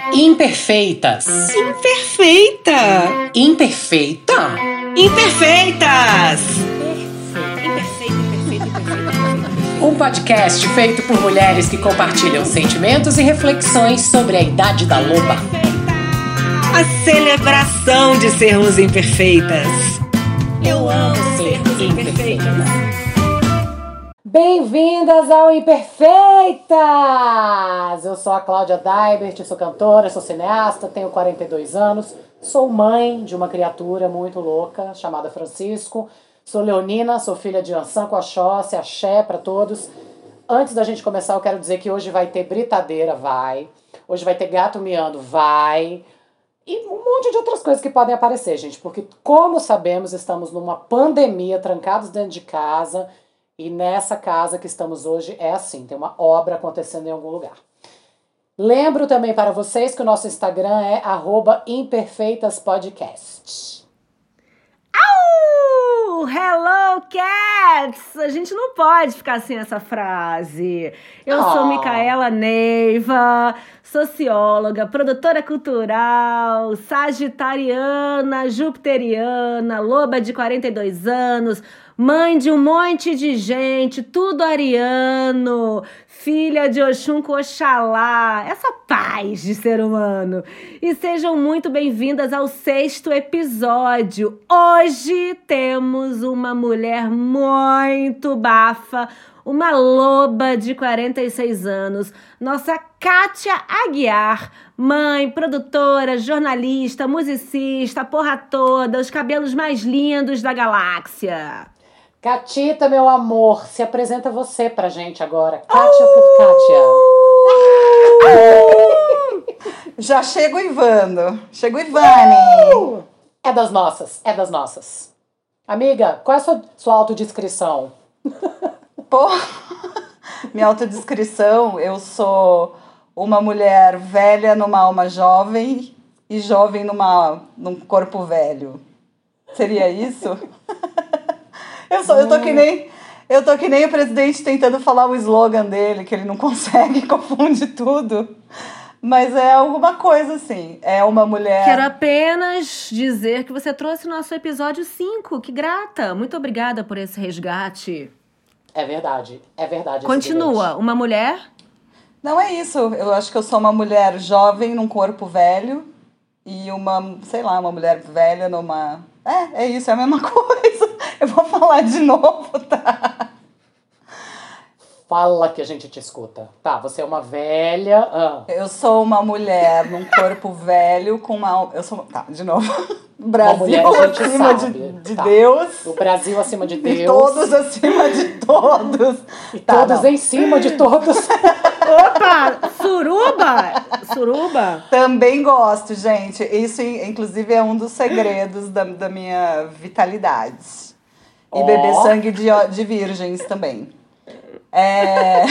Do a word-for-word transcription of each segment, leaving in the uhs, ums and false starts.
Imperfeitas. Imperfeita. Imperfeita? Imperfeitas. Imperfeita, imperfeita, imperfeita. Um podcast feito por mulheres que compartilham sentimentos e reflexões sobre a idade da loba. A celebração de sermos imperfeitas. Eu amo sermos imperfeitas. Bem-vindas ao Imperfeitas! Eu sou a Cláudia Daibert, sou cantora, sou cineasta, tenho quarenta e dois anos, sou mãe de uma criatura muito louca chamada Francisco, sou leonina, sou filha de Ansan com Oxóssi, axé para todos. Antes da gente começar, eu quero dizer que hoje vai ter britadeira, vai. Hoje vai ter gato miando, vai. E um monte de outras coisas que podem aparecer, gente, porque como sabemos, estamos numa pandemia, trancados dentro de casa. E nessa casa que estamos hoje é assim, tem uma obra acontecendo em algum lugar. Lembro também para vocês que o nosso Instagram é arroba imperfeitaspodcast. Au! Hello, cats! A gente não pode ficar sem essa frase. Eu Oh. sou Micaela Neiva, socióloga, produtora cultural, sagitariana, jupiteriana, loba de quarenta e dois anos, mãe de um monte de gente, tudo ariano, filha de Oxum com Oxalá, essa paz de ser humano. E sejam muito bem-vindas ao sexto episódio. Hoje temos uma mulher muito bafa, uma loba de quarenta e seis anos, nossa Kátia Aguiar, mãe, produtora, jornalista, musicista, porra toda, os cabelos mais lindos da galáxia. Catita, meu amor, se apresenta você pra gente agora. Kátia por Kátia. Já chego Ivando. Chego Ivane. Uh! É das nossas, é das nossas. Amiga, qual é a sua, sua autodescrição? Pô, minha autodescrição, eu sou uma mulher velha numa alma jovem e jovem numa, num corpo velho. Seria isso? Eu, sou, eu, tô que nem, eu tô que nem o presidente tentando falar o slogan dele, que ele não consegue, confunde tudo. Mas é alguma coisa assim. É uma mulher... Quero apenas dizer que você trouxe o nosso episódio cinco. Que grata. Muito obrigada por esse resgate. É verdade, é verdade. Continua. Uma mulher? Não é isso. Eu acho que eu sou uma mulher jovem num corpo velho e uma, sei lá, uma mulher velha numa... É, é isso, é a mesma coisa. Eu vou falar de novo, tá? Fala que a gente te escuta. Tá, você é uma velha... Ah. Eu sou uma mulher num corpo velho com uma... Eu sou... Tá, de novo. Brasil mulher, a gente acima sabe. de, de Tá. Deus. O Brasil acima de Deus. E todos acima de todos. E Tá, todos não. em cima de todos. Opa! Suruba! Suruba? Também gosto, gente. Isso, inclusive, é um dos segredos da, da minha vitalidade. E Ó. beber sangue de, de virgens também. É...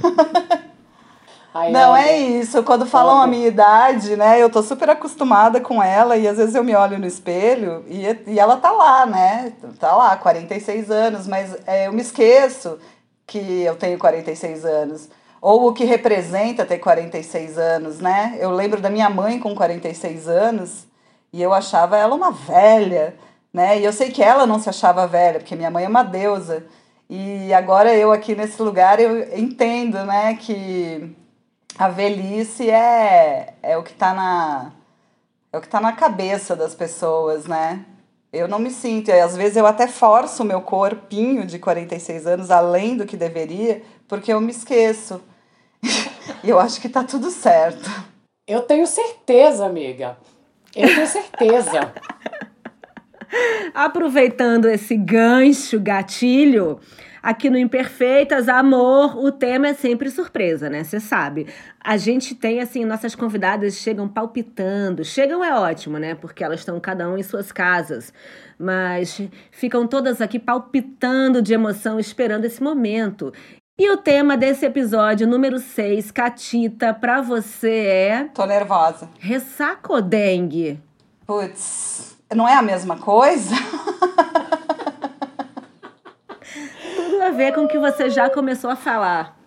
Aí Não, ela- é isso. Quando falam Ela- a minha idade, né? Eu tô super acostumada com ela e às vezes eu me olho no espelho e, e ela tá lá, né? Tá lá, quarenta e seis anos, mas é, eu me esqueço que eu tenho quarenta e seis anos. Ou o que representa ter quarenta e seis anos, né? Eu lembro da minha mãe com quarenta e seis anos e eu achava ela uma velha, né? E eu sei que ela não se achava velha, porque minha mãe é uma deusa. E agora eu aqui nesse lugar, eu entendo, né, que a velhice é, é o que tá na, é o que tá na cabeça das pessoas, né? Eu não me sinto, e às vezes eu até forço o meu corpinho de quarenta e seis anos além do que deveria, porque eu me esqueço. E eu acho que tá tudo certo. Eu tenho certeza, amiga. Eu tenho certeza. Aproveitando esse gancho, gatilho, aqui no Imperfeitas, amor, o tema é sempre surpresa, né? Você sabe. A gente tem, assim, nossas convidadas chegam palpitando. Chegam é ótimo, né? Porque elas estão cada um em suas casas. Mas ficam todas aqui palpitando de emoção, esperando esse momento. E o tema desse episódio, número seis, Catita, pra você é... Tô nervosa. Ressaca ou dengue? Putz, não é a mesma coisa? Tudo a ver com o que você já começou a falar.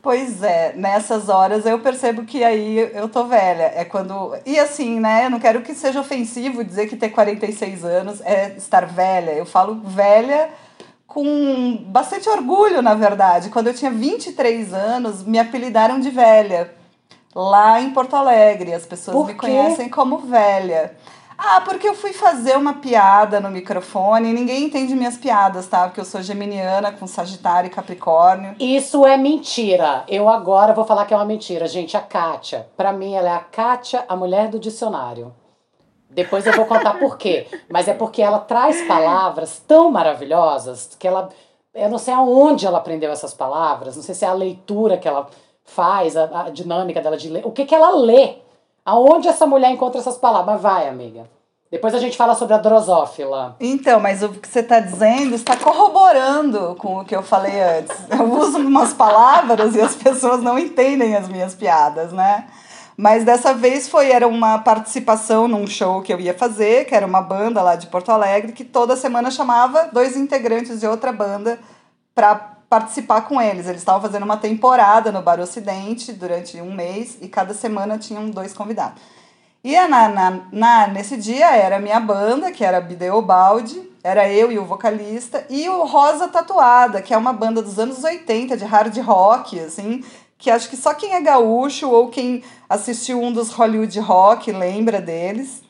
Pois é, nessas horas eu percebo que aí eu tô velha. É quando. E assim, né? Eu não quero que seja ofensivo dizer que ter quarenta e seis anos é estar velha. Eu falo velha com bastante orgulho, na verdade. Quando eu tinha vinte e três anos, me apelidaram de velha. Lá em Porto Alegre, as pessoas Por me quê? conhecem como velha. Ah, porque eu fui fazer uma piada no microfone e ninguém entende minhas piadas, tá? Porque eu sou geminiana com Sagitário e Capricórnio. Isso é mentira. Eu agora vou falar que é uma mentira, gente. A Kátia, pra mim, ela é a Kátia, a mulher do dicionário. Depois eu vou contar por quê. Mas é porque ela traz palavras tão maravilhosas que ela. Eu não sei aonde ela aprendeu essas palavras, não sei se é a leitura que ela faz, a, a dinâmica dela de ler. O que, que ela lê? Aonde essa mulher encontra essas palavras? Mas vai, amiga. Depois a gente fala sobre a drosófila. Então, mas o que você está dizendo está corroborando com o que eu falei antes. Eu uso umas palavras e as pessoas não entendem as minhas piadas, né? Mas dessa vez foi, era uma participação num show que eu ia fazer, que era uma banda lá de Porto Alegre, que toda semana chamava dois integrantes de outra banda para participar com eles. Eles estavam fazendo uma temporada no Bar Ocidente durante um mês e cada semana tinham dois convidados. E na, na, na, nesse dia era a minha banda, que era a Bideobaldi, era eu e o vocalista, e o Rosa Tatuada, que é uma banda dos anos oitenta, de hard rock, assim, que acho que só quem é gaúcho ou quem assistiu um dos Hollywood Rock lembra deles.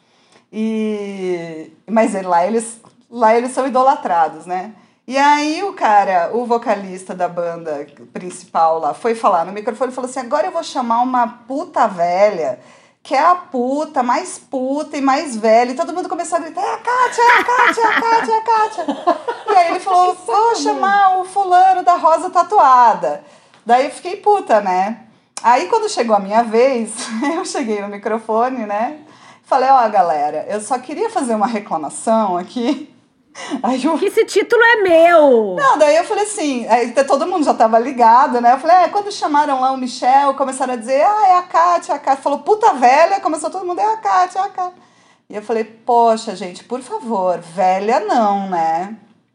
E... Mas lá eles, lá eles são idolatrados, né? E aí o cara, o vocalista da banda principal lá, foi falar no microfone e falou assim, agora eu vou chamar uma puta velha, que é a puta, mais puta e mais velha. E todo mundo começou a gritar, é a Kátia, é a Kátia, é a Kátia, é a Kátia. E aí ele falou, vou chamar o fulano da Rosa Tatuada. Daí eu fiquei puta, né? Aí quando chegou a minha vez, eu cheguei no microfone, né? Falei, ó, galera, eu só queria fazer uma reclamação aqui. Aí eu... Que esse título é meu! Não, daí eu falei assim, aí todo mundo já tava ligado, né? Eu falei, é, quando chamaram lá o Michel, começaram a dizer, ah, é a Kátia, a Kátia. Falou, puta velha, começou todo mundo, é a Kátia, é a Kátia. E eu falei, poxa, gente, por favor, velha não, né?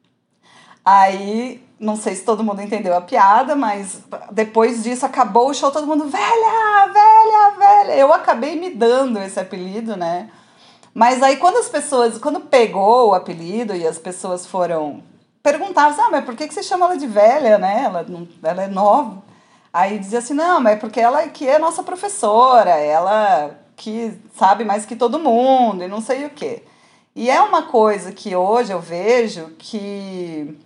Aí, não sei se todo mundo entendeu a piada, mas depois disso acabou o show, todo mundo, velha, velha, velha. Eu acabei me dando esse apelido, né? Mas aí quando as pessoas, quando pegou o apelido e as pessoas foram perguntar, ah, mas por que que você chama ela de velha, né? Ela, não, ela é nova. Aí dizia assim, não, mas é porque ela que é nossa professora, ela que sabe mais que todo mundo e não sei o quê. E é uma coisa que hoje eu vejo que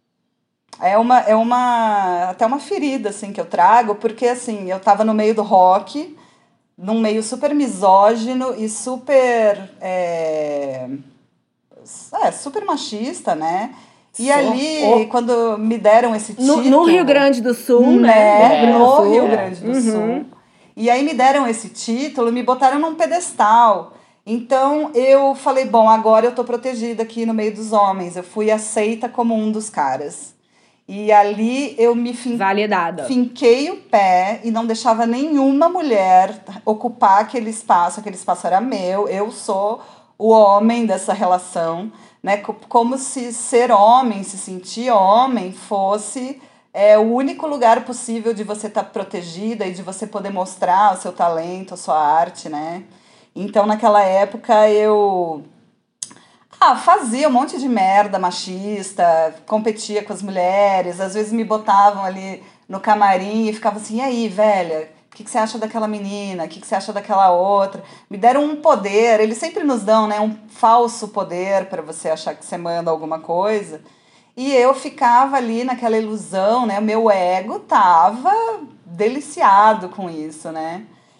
é uma, é uma até uma ferida assim, que eu trago, porque assim, eu tava no meio do rock, num meio super misógino e super é, é, super machista, né? E ali, oh. quando me deram esse título... No, no Rio Grande do Sul, né? né? No Sul. Rio Grande do Sul. Uhum. E aí me deram esse título, me botaram num pedestal. Então eu falei, bom, agora eu tô protegida aqui no meio dos homens. Eu fui aceita como um dos caras. E ali eu me fin... Validada. finquei o pé e não deixava nenhuma mulher ocupar aquele espaço. Aquele espaço era meu, eu sou o homem dessa relação, né? Como se ser homem, se sentir homem, fosse é, o único lugar possível de você estar protegida e de você poder mostrar o seu talento, a sua arte, né? Então, naquela época, eu... Ah, fazia um monte de merda machista, competia com as mulheres, às vezes me botavam ali no camarim e ficava assim, e aí, velha, o que, que você acha daquela menina? O que, que você acha daquela outra? Me deram um poder, eles sempre nos dão, né, um falso poder para você achar que você manda alguma coisa. E eu ficava ali naquela ilusão, né, o meu ego tava deliciado com isso, né?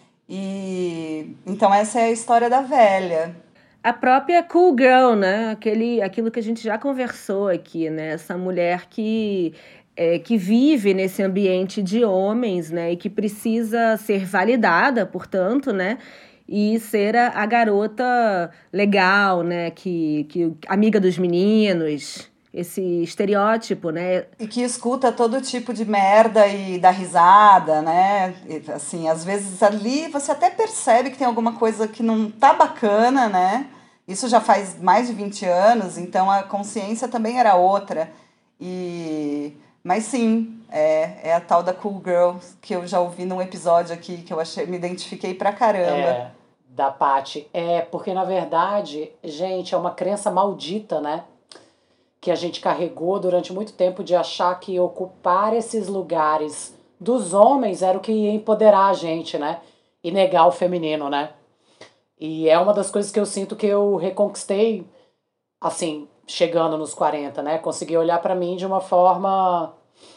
E então essa é a história da velha. A própria cool girl, né? Aquele, aquilo que a gente já conversou aqui, né? Essa mulher que, é, que vive nesse ambiente de homens, né? E que precisa ser validada, portanto, né? E ser a, a garota legal, né? Que, que, amiga dos meninos, esse estereótipo, né? E que escuta todo tipo de merda e dá risada, né? E, assim, às vezes ali você até percebe que tem alguma coisa que não tá bacana, né? Isso já faz mais de vinte anos, então a consciência também era outra. E... Mas sim, é, é a tal da Cool Girl, que eu já ouvi num episódio aqui, que eu achei, me identifiquei pra caramba. É, da Paty. É, porque na verdade, gente, é uma crença maldita, né? Que a gente carregou durante muito tempo de achar que ocupar esses lugares dos homens era o que ia empoderar a gente, né? E negar o feminino, né? E é uma das coisas que eu sinto que eu reconquistei, assim, chegando nos quarenta, né? Consegui olhar pra mim de uma forma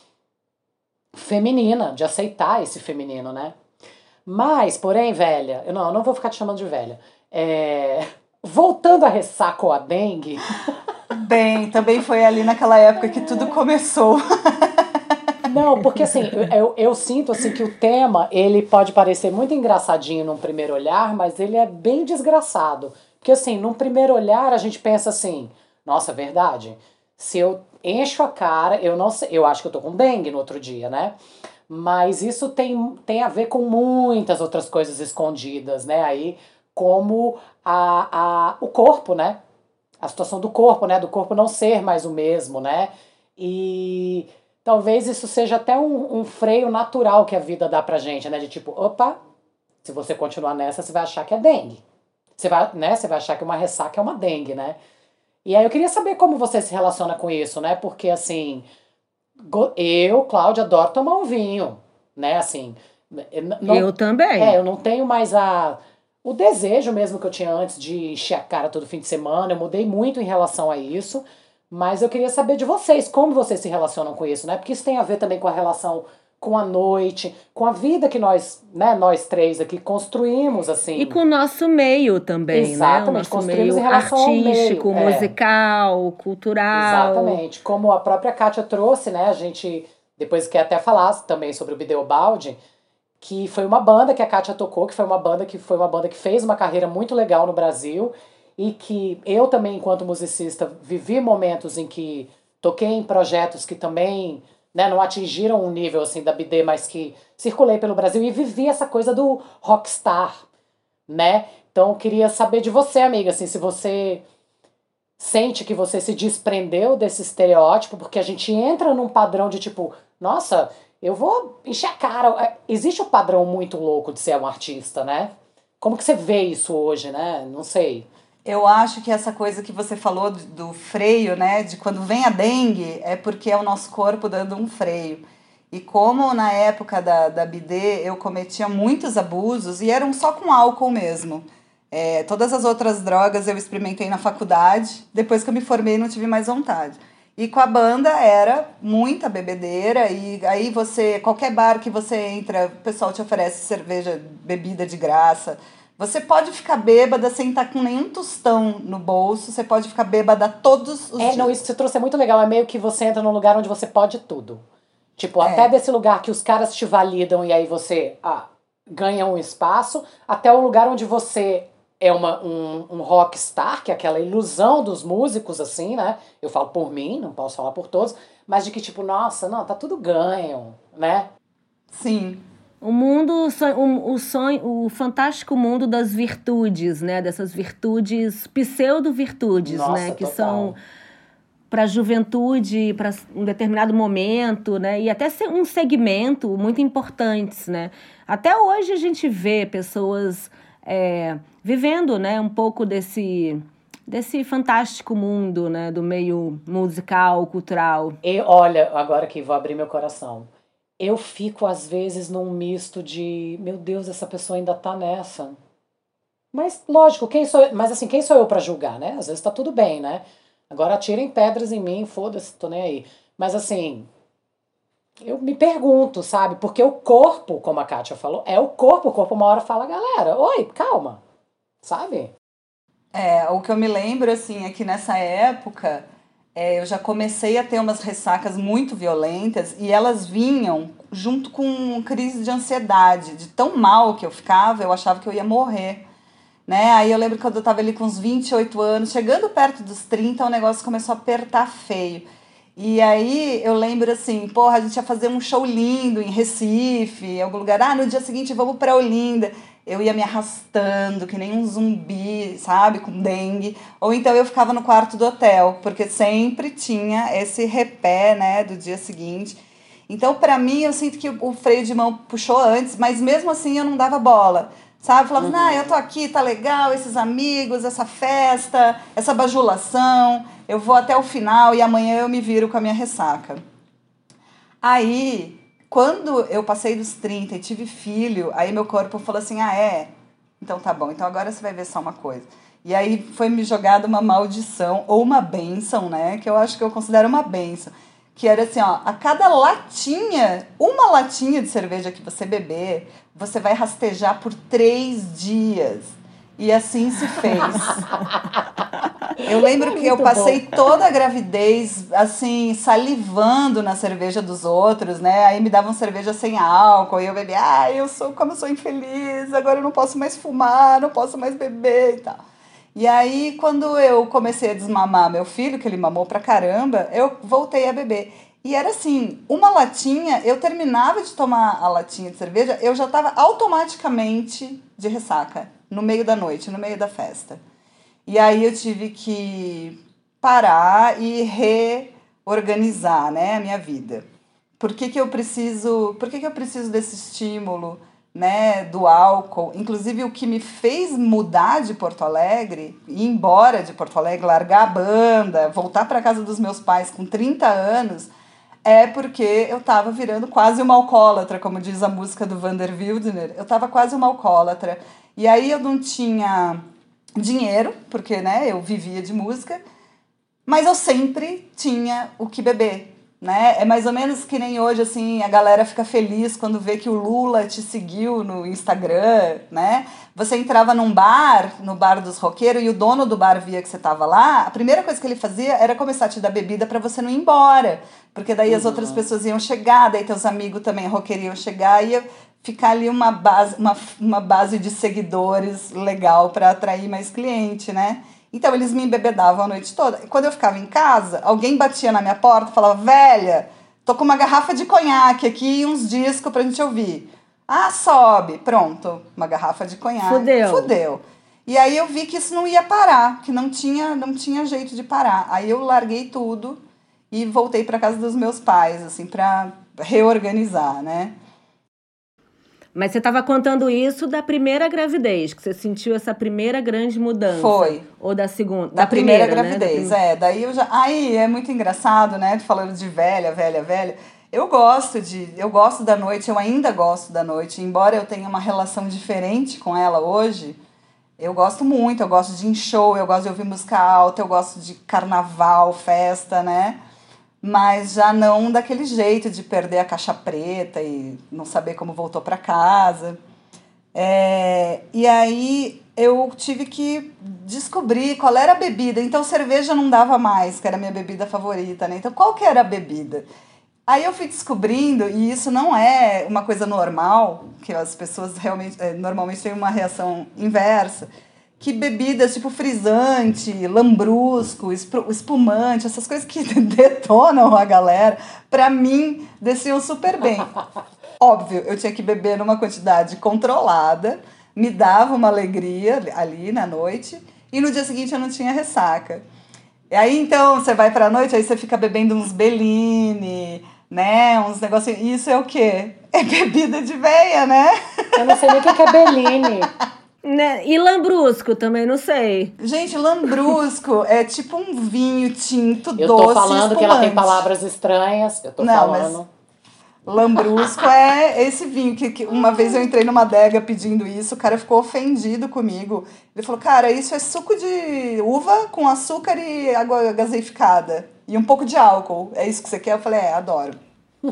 feminina, de aceitar esse feminino, né? Mas, porém, velha, eu não, eu não vou ficar te chamando de velha. É, voltando a ressaca ou a dengue. Bem, também foi ali naquela época que tudo começou. Não, porque assim, eu, eu, eu sinto assim que o tema, ele pode parecer muito engraçadinho num primeiro olhar, mas ele é bem desgraçado. Porque assim, num primeiro olhar a gente pensa assim, nossa, é verdade. Se eu encho a cara, eu não sei, eu acho que eu tô com dengue no outro dia, né? Mas isso tem, tem a ver com muitas outras coisas escondidas, né? Aí, como a, a, o corpo, né? A situação do corpo, né? Do corpo não ser mais o mesmo, né? E talvez isso seja até um, um freio natural que a vida dá pra gente, né? De tipo, opa, se você continuar nessa, você vai achar que é dengue. Você vai, né? Você vai achar que uma ressaca é uma dengue, né? E aí eu queria saber como você se relaciona com isso, né? Porque, assim, eu, Cláudia, adoro tomar um vinho, né? Assim, não, eu também. É, eu não tenho mais a... o desejo mesmo que eu tinha antes de encher a cara todo fim de semana, eu mudei muito em relação a isso, mas eu queria saber de vocês, como vocês se relacionam com isso, né? Porque isso tem a ver também com a relação com a noite, com a vida que nós, né, nós três aqui construímos, assim. E com o nosso meio também, Exatamente, né? O nosso construímos meio em relação artístico, ao meio, é. musical, cultural. Exatamente, como a própria Kátia trouxe, né? A gente depois quer até falar também sobre o Bideobaldi, que foi uma banda que a Kátia tocou, que foi uma banda que foi uma banda que fez uma carreira muito legal no Brasil e que eu também, enquanto musicista, vivi momentos em que toquei em projetos que também, né, não atingiram um nível assim da Bidê, mas que circulei pelo Brasil e vivi essa coisa do rockstar, né? Então, eu queria saber de você, amiga, assim, se você sente que você se desprendeu desse estereótipo, porque a gente entra num padrão de tipo, nossa, eu vou encher a cara. Existe um padrão muito louco de ser um artista, né? Como que você vê isso hoje, né? Não sei. Eu acho que essa coisa que você falou do, do freio, né? De quando vem a dengue, é porque é o nosso corpo dando um freio. E como na época da, da Bidê eu cometia muitos abusos, e eram só com álcool mesmo. É, todas as outras drogas eu experimentei na faculdade, depois que eu me formei não tive mais vontade. E com a banda era muita bebedeira, e aí você, qualquer bar que você entra, o pessoal te oferece cerveja, bebida de graça. Você pode ficar bêbada sem estar com nenhum tostão no bolso, você pode ficar bêbada todos os é, dias. Não, isso que você trouxe é muito legal, é meio que você entra num lugar onde você pode tudo. Tipo, É. até desse lugar que os caras te validam e aí você ah, ganha um espaço, até o lugar onde você é uma, um, um rockstar, que é aquela ilusão dos músicos, assim, né? Eu falo por mim, não posso falar por todos, mas de que tipo, nossa, não, tá tudo ganho, né? Sim. O mundo, o, o sonho, o fantástico mundo das virtudes, né? Dessas virtudes, pseudo-virtudes, Nossa, né? Que total. são para a juventude, para um determinado momento, né? E até um segmento muito importantes, né? Até hoje a gente vê pessoas é, vivendo, né? Um pouco desse, desse fantástico mundo, né? Do meio musical, cultural. E olha, agora que vou abrir meu coração. Eu fico, às vezes, num misto de... Meu Deus, essa pessoa ainda tá nessa. Mas, lógico, quem sou eu? Mas assim, quem sou eu pra julgar, né? Às vezes tá tudo bem, né? Agora atirem pedras em mim, foda-se, tô nem aí. Mas assim, eu me pergunto, sabe? Porque o corpo, como a Kátia falou, é o corpo. O corpo uma hora fala, galera, oi, calma, sabe? É, o que eu me lembro, assim, é que nessa época... É, eu já comecei a ter umas ressacas muito violentas e elas vinham junto com crise de ansiedade, de tão mal que eu ficava, eu achava que eu ia morrer, né? Aí eu lembro que quando eu tava ali com uns vinte e oito anos, chegando perto dos trinta, o negócio começou a apertar feio. E aí eu lembro assim, porra, a gente ia fazer um show lindo em Recife, em algum lugar, ah, no dia seguinte vamos pra Olinda. eu ia me arrastando, que nem um zumbi, sabe, com dengue. Ou então eu ficava no quarto do hotel, porque sempre tinha esse repé, né, do dia seguinte. Então, pra mim, eu sinto que o freio de mão puxou antes, mas mesmo assim eu não dava bola. Sabe? Falava, uhum. ah, eu tô aqui, tá legal, esses amigos, essa festa, essa bajulação, eu vou até o final e amanhã eu me viro com a minha ressaca. Aí, quando eu passei dos trinta e tive filho, aí meu corpo falou assim, ah, é? Então tá bom, então agora você vai ver só uma coisa. E aí foi me jogada uma maldição, ou uma bênção, né? Que eu acho que eu considero uma bênção. Que era assim, ó, a cada latinha, uma latinha de cerveja que você beber, você vai rastejar por três dias. E assim se fez. Eu lembro que eu passei bom. toda a gravidez, assim, salivando na cerveja dos outros, né? Aí me davam cerveja sem álcool, e eu bebia, ah, eu sou, como eu sou infeliz, agora eu não posso mais fumar, não posso mais beber e tal. E aí, quando eu comecei a desmamar meu filho, que ele mamou pra caramba, eu voltei a beber. E era assim, uma latinha, eu terminava de tomar a latinha de cerveja, eu já estava automaticamente de ressaca, no meio da noite, no meio da festa. E aí eu tive que parar e reorganizar, né, a minha vida. Por que que eu preciso, por que que eu preciso desse estímulo, né, do álcool? Inclusive, o que me fez mudar de Porto Alegre, ir embora de Porto Alegre, largar a banda, voltar para casa dos meus pais com trinta anos, é porque eu tava virando quase uma alcoólatra, como diz a música do Vander Wildner. Eu tava quase uma alcoólatra. E aí eu não tinha dinheiro, porque, né, eu vivia de música, mas eu sempre tinha o que beber, né? É mais ou menos que nem hoje, assim, a galera fica feliz quando vê que o Lula te seguiu no Instagram, né? Você entrava num bar, no bar dos roqueiros, e o dono do bar via que você tava lá, a primeira coisa que ele fazia era começar a te dar bebida para você não ir embora, porque daí as uhum. outras pessoas iam chegar, daí teus amigos também roqueiros iam chegar, e ia ficar ali uma base, uma, uma base de seguidores legal para atrair mais cliente, né? Então, eles me embebedavam a noite toda. E quando eu ficava em casa, alguém batia na minha porta e falava, velha, tô com uma garrafa de conhaque aqui e uns discos pra gente ouvir. Ah, sobe. Pronto, uma garrafa de conhaque. Fudeu. Fudeu. E aí eu vi que isso não ia parar, que não tinha, não tinha jeito de parar. Aí eu larguei tudo e voltei pra casa dos meus pais, assim, pra reorganizar, né? Mas você estava contando isso da primeira gravidez, que você sentiu essa primeira grande mudança. Foi. Ou da segunda? Da, da primeira, primeira gravidez, né? é. Daí eu já... Aí é muito engraçado, né? Falando de velha, velha, velha. Eu gosto de... Eu gosto da noite, eu ainda gosto da noite. Embora eu tenha uma relação diferente com ela hoje, eu gosto muito. Eu gosto de ir em show, eu gosto de ouvir música alta, eu gosto de carnaval, festa, né? Mas já não daquele jeito de perder a caixa preta e não saber como voltou para casa. É, e aí eu tive que descobrir qual era a bebida. Então cerveja não dava mais, que era a minha bebida favorita, né? Então qual que era a bebida? Aí eu fui descobrindo, e isso não é uma coisa normal, que as pessoas realmente normalmente têm uma reação inversa, que bebidas tipo frisante, lambrusco, espumante, essas coisas que detonam a galera, pra mim, desciam super bem. Óbvio, eu tinha que beber numa quantidade controlada, me dava uma alegria ali na noite, e no dia seguinte eu não tinha ressaca. E aí, então, você vai pra noite, aí você fica bebendo uns Bellini, né, uns negocinhos. Isso é o quê? É bebida de veia, né? Eu não sei nem o que é Bellini. Né? E lambrusco também, não sei. Gente, lambrusco é tipo um vinho tinto, eu doce, tô falando espumante. Que ela tem palavras estranhas, eu tô não, falando. Mas lambrusco é esse vinho que, que uma vez eu entrei numa adega pedindo isso, o cara ficou ofendido comigo. Ele falou, cara, isso é suco de uva com açúcar e água gaseificada. E um pouco de álcool. É isso que você quer? Eu falei, é, adoro.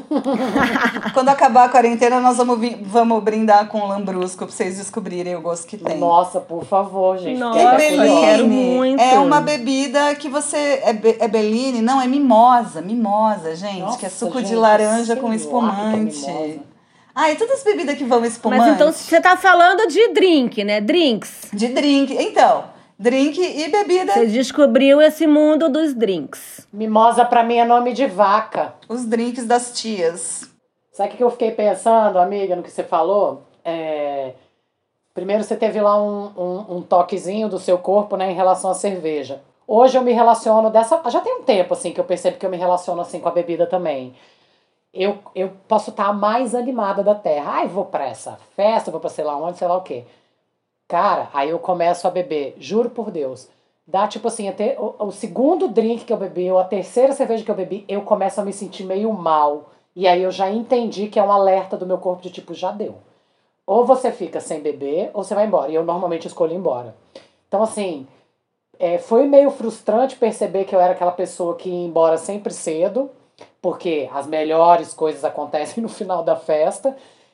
Quando acabar a quarentena, nós vamos, vi- vamos brindar com lambrusco pra vocês descobrirem o gosto que tem. Nossa, por favor, gente. Nossa, E eu quero muito. é uma bebida que você... É, be- é Bellini? Não, é mimosa. Mimosa, gente. Nossa, que é suco gente, de laranja sei com lá espumante. que é mimosa. Ah, e todas as bebidas que vão espumante. Mas então você tá falando de drink, né? Drinks. De drink. Então, drink e bebida. Você descobriu esse mundo dos drinks. Mimosa pra mim é nome de vaca. Os drinks das tias. Sabe o que eu fiquei pensando, amiga, no que você falou? É... Primeiro você teve lá um, um, um toquezinho do seu corpo, né, em relação à cerveja. Hoje eu me relaciono dessa... Já tem um tempo, assim, que eu percebo que eu me relaciono, assim, com a bebida também. Eu, eu posso estar mais animada da terra. Ai, vou pra essa festa, vou pra sei lá onde, sei lá o quê. Cara, aí eu começo a beber, juro por Deus. Dá, tipo assim, até o, o segundo drink que eu bebi, ou a terceira cerveja que eu bebi, eu começo a me sentir meio mal. E aí eu já entendi que é um alerta do meu corpo de tipo, já deu. Ou você fica sem beber, ou você vai embora. E eu normalmente escolho ir embora. Então, assim... É, foi meio frustrante perceber que eu era aquela pessoa que ia embora sempre cedo, porque as melhores coisas acontecem no final da festa.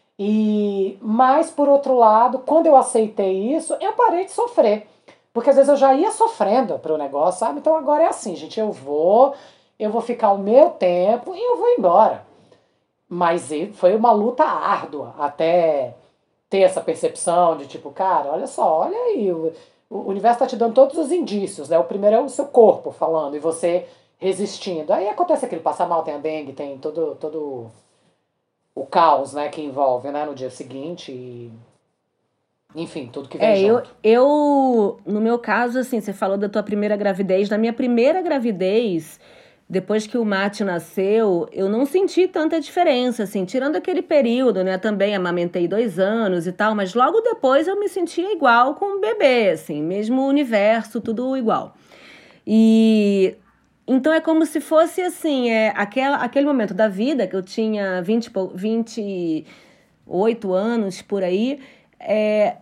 E mas, por outro lado, quando eu aceitei isso, eu parei de sofrer. Porque às vezes eu já ia sofrendo pro negócio, sabe? Então agora é assim, gente, eu vou, eu vou ficar o meu tempo e eu vou embora. Mas foi uma luta árdua até ter essa percepção de tipo, cara, olha só, olha aí, o O universo está te dando todos os indícios, né? O primeiro é o seu corpo falando e você resistindo. Aí acontece aquilo, passa mal, tem a dengue, tem todo, todo o caos, né, que envolve, né, no dia seguinte e... Enfim, tudo que vem É, eu, junto. eu, no meu caso, assim, você falou da tua primeira gravidez. Na minha primeira gravidez, depois que o Mate nasceu, eu não senti tanta diferença, assim, tirando aquele período, né? Também amamentei dois anos e tal, mas logo depois eu me sentia igual com o bebê, assim, mesmo o universo, tudo igual. E então é como se fosse assim, é, aquela, aquele momento da vida que eu tinha vinte, vinte e oito anos por aí, é,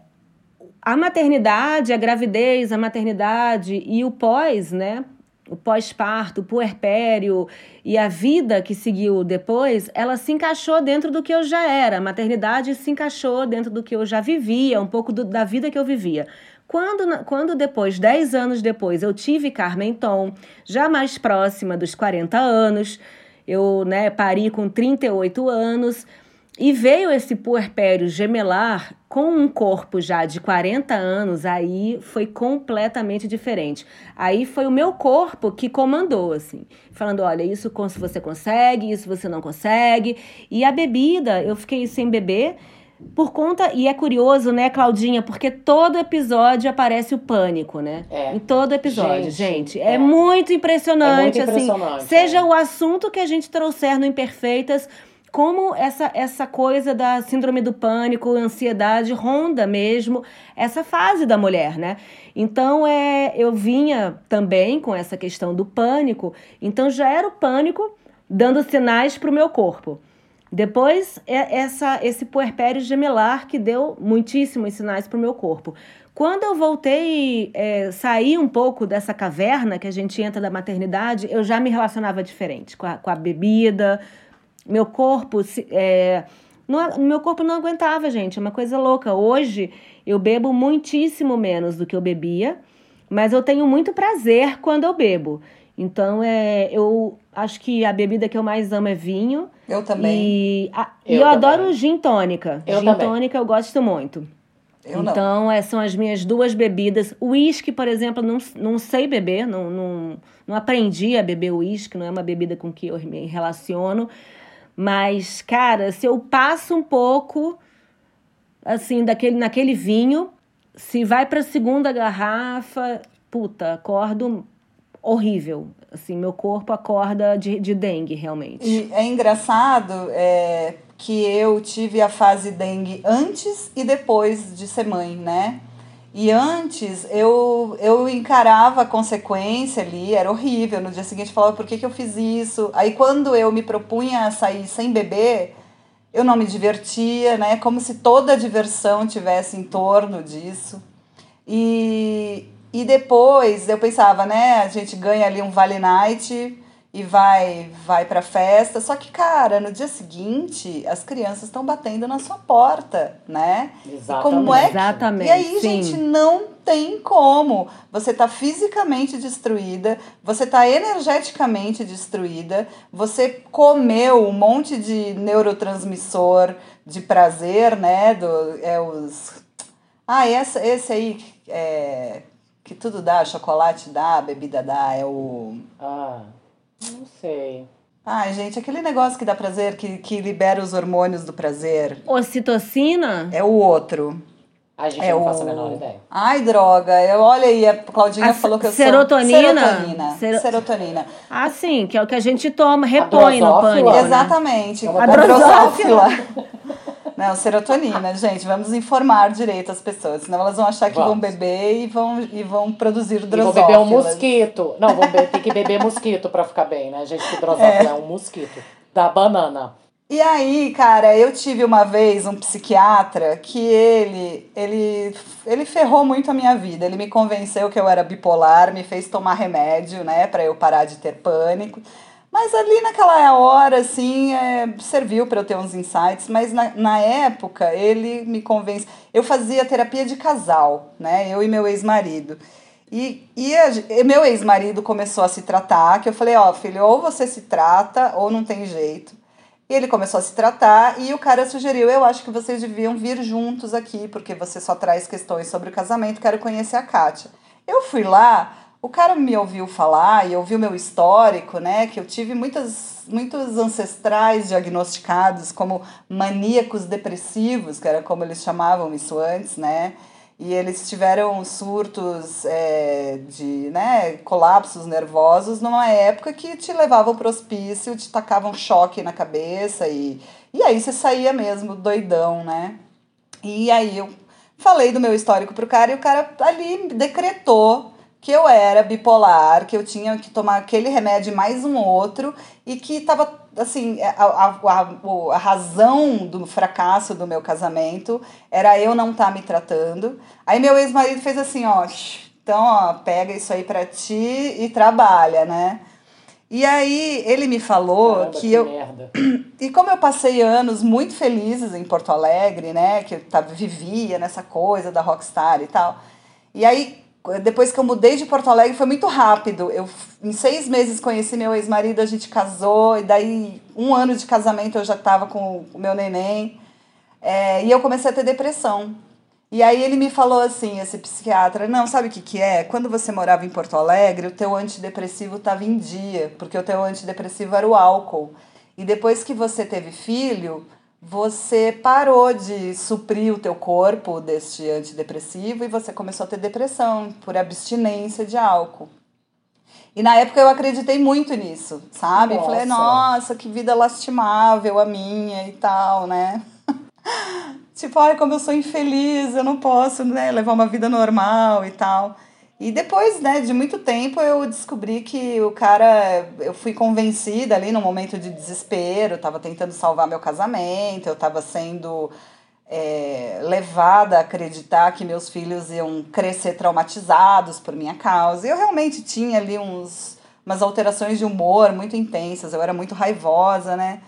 a maternidade, a gravidez, a maternidade e o pós, né? O pós-parto, o puerpério e a vida que seguiu depois, ela se encaixou dentro do que eu já era. A maternidade se encaixou dentro do que eu já vivia, um pouco do, da vida que eu vivia. Quando, quando depois, dez anos depois, eu tive Carmen Tom, já mais próxima dos quarenta anos, eu, né, pari com trinta e oito anos, e veio esse puerpério gemelar com um corpo já de quarenta anos, aí foi completamente diferente. Aí foi o meu corpo que comandou, assim, falando, olha, isso você consegue, isso você não consegue. E a bebida, eu fiquei sem beber por conta, e é curioso, né, Claudinha, porque todo episódio aparece o pânico, né? É. Em todo episódio, gente. Gente, é, é. muito impressionante, É muito impressionante, assim. Seja é. o assunto que a gente trouxer no Imperfeitas, como essa, essa coisa da síndrome do pânico, ansiedade, ronda mesmo essa fase da mulher, né? Então, é, eu vinha também com essa questão do pânico, então já era o pânico dando sinais para o meu corpo. Depois, é essa, esse puerpério gemelar que deu muitíssimos sinais para o meu corpo. Quando eu voltei, é, saí um pouco dessa caverna que a gente entra da maternidade, eu já me relacionava diferente com a, com a bebida. Meu corpo, é, não, meu corpo não aguentava, gente, é uma coisa louca. Hoje eu bebo muitíssimo menos do que eu bebia, mas eu tenho muito prazer quando eu bebo. Então, é, eu acho que a bebida que eu mais amo é vinho. Eu também. E, a, Eu e eu também. adoro gin tônica. Eu gin também. tônica eu gosto muito. Eu não. Então, é, são as minhas duas bebidas. Uísque, por exemplo, não, não sei beber, não, não, não aprendi a beber uísque, não é uma bebida com que eu me relaciono. Mas, cara, se eu passo um pouco, assim, daquele, naquele vinho, se vai pra segunda garrafa, puta, acordo horrível. Assim, meu corpo acorda de, de dengue, realmente. E é engraçado é, que eu tive a fase dengue antes e depois de ser mãe, né? E antes eu, eu encarava a consequência ali, era horrível. No dia seguinte eu falava, por que que eu fiz isso? Aí quando eu me propunha a sair sem beber, eu não me divertia, né? Como se toda a diversão tivesse em torno disso. E, e depois eu pensava, né? A gente ganha ali um Vale Night e vai, vai pra festa. Só que, cara, no dia seguinte, as crianças estão batendo na sua porta, né? Exatamente. E como é que... Exatamente, E aí, sim. gente, não tem como. Você tá fisicamente destruída, você tá energeticamente destruída, você comeu um monte de neurotransmissor de prazer, né? Do, é os... Ah, essa, esse aí é, que tudo dá, chocolate dá, bebida dá, é o... Ah, não sei. Ai, gente, aquele negócio que dá prazer, que, que libera os hormônios do prazer. Ocitocina? É o outro. A gente É não o... faço a menor ideia. Ai, droga. Eu, olha aí, a Claudinha A falou que eu serotonina? sou... Serotonina. Sero... Serotonina. Ah, sim, que é o que a gente toma, repõe no drosófila? pânico, né? Exatamente. É uma A drosófila. drosófila. Não, serotonina, gente. Vamos informar direito as pessoas. Senão elas vão achar que Vamos. vão beber e vão, e vão produzir E vou drosófilas. beber um mosquito. Não, vou be- ter que beber mosquito pra ficar bem, né? Gente, que drosófila é. é um mosquito. Da banana. E aí, cara, eu tive uma vez um psiquiatra que ele, ele, ele ferrou muito a minha vida. Ele me convenceu que eu era bipolar, me fez tomar remédio, né, pra eu parar de ter pânico. Mas ali naquela hora, assim, é, serviu para eu ter uns insights. Mas na, na época, ele me convence. Eu fazia terapia de casal, né, eu e meu ex-marido. E, e, a, e meu ex-marido começou a se tratar, que eu falei, ó, filho, ou você se trata ou não tem jeito. E ele começou a se tratar e o cara sugeriu, eu acho que vocês deviam vir juntos aqui, porque você só traz questões sobre o casamento, quero conhecer a Kátia. Eu fui lá, o cara me ouviu falar e ouviu meu histórico, né, que eu tive muitas, muitos ancestrais diagnosticados como maníacos depressivos, que era como eles chamavam isso antes, né, e eles tiveram surtos é, de né, colapsos nervosos numa época que te levavam para o hospício, te tacavam choque na cabeça e, e aí você saía mesmo doidão, né? E aí eu falei do meu histórico pro cara e o cara ali decretou que eu era bipolar, que eu tinha que tomar aquele remédio mais um outro e que tava, assim, a, a, a, a razão do fracasso do meu casamento era eu não estar tá me tratando. Aí meu ex-marido fez assim, ó, então, ó, pega isso aí pra ti e trabalha, né? E aí ele me falou Caramba, que, que eu... merda. E como eu passei anos muito felizes em Porto Alegre, né, que eu tava, vivia nessa coisa da rockstar e tal, e aí depois que eu mudei de Porto Alegre foi muito rápido. Eu, em seis meses, conheci meu ex-marido, a gente casou, e daí um ano de casamento eu já estava com o meu neném. É, e eu comecei a ter depressão. E aí ele me falou assim, esse psiquiatra, não, sabe o que que é? Quando você morava em Porto Alegre, o teu antidepressivo estava em dia, porque o teu antidepressivo era o álcool. E depois que você teve filho, você parou de suprir o teu corpo deste antidepressivo e você começou a ter depressão por abstinência de álcool. E na época eu acreditei muito nisso, sabe? Nossa. Falei, nossa, que vida lastimável a minha e tal, né? Tipo, olha como eu sou infeliz, eu não posso, né, levar uma vida normal e tal. E depois, né, de muito tempo eu descobri que o cara, eu fui convencida ali num momento de desespero, tava tentando salvar meu casamento, eu tava sendo é, levada a acreditar que meus filhos iam crescer traumatizados por minha causa. E eu realmente tinha ali uns, umas alterações de humor muito intensas, eu era muito raivosa, né?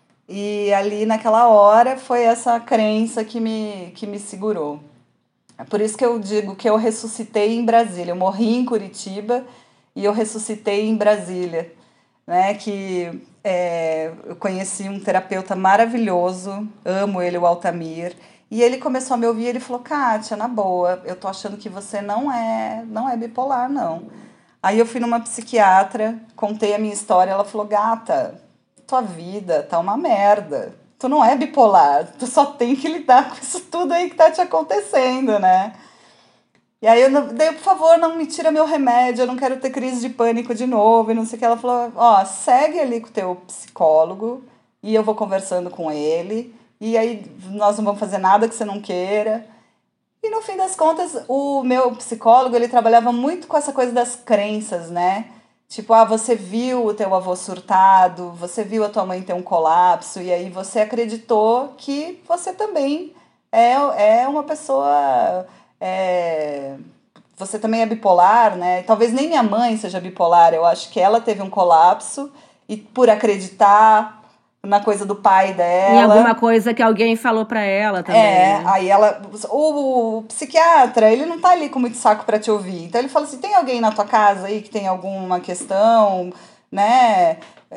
E ali naquela hora foi essa crença que me, que me segurou. É por isso que eu digo que eu ressuscitei em Brasília. Eu morri em Curitiba e eu ressuscitei em Brasília. Né? Que é, eu conheci um terapeuta maravilhoso, amo ele, o Altamir. E ele começou a me ouvir e ele falou, Kátia, na boa, eu tô achando que você não é, não é bipolar, não. Aí eu fui numa psiquiatra, contei a minha história, ela falou, gata, tua vida tá uma merda. Tu não é bipolar, tu só tem que lidar com isso tudo aí que tá te acontecendo, né? E aí eu dei, por favor, não me tira meu remédio, eu não quero ter crise de pânico de novo, e não sei o que. Ela falou, ó, segue ali com o teu psicólogo, e eu vou conversando com ele, e aí nós não vamos fazer nada que você não queira. E no fim das contas, o meu psicólogo, ele trabalhava muito com essa coisa das crenças, né? Tipo, ah, você viu o teu avô surtado, você viu a tua mãe ter um colapso, e aí você acreditou que você também é, é uma pessoa... É, você também é bipolar, né? Talvez nem minha mãe seja bipolar, eu acho que ela teve um colapso, e por acreditar na coisa do pai dela... Em alguma coisa que alguém falou pra ela também, É, né? aí ela... O, o psiquiatra, ele não tá ali com muito saco pra te ouvir. Então ele fala assim, tem alguém na tua casa aí que tem alguma questão, né?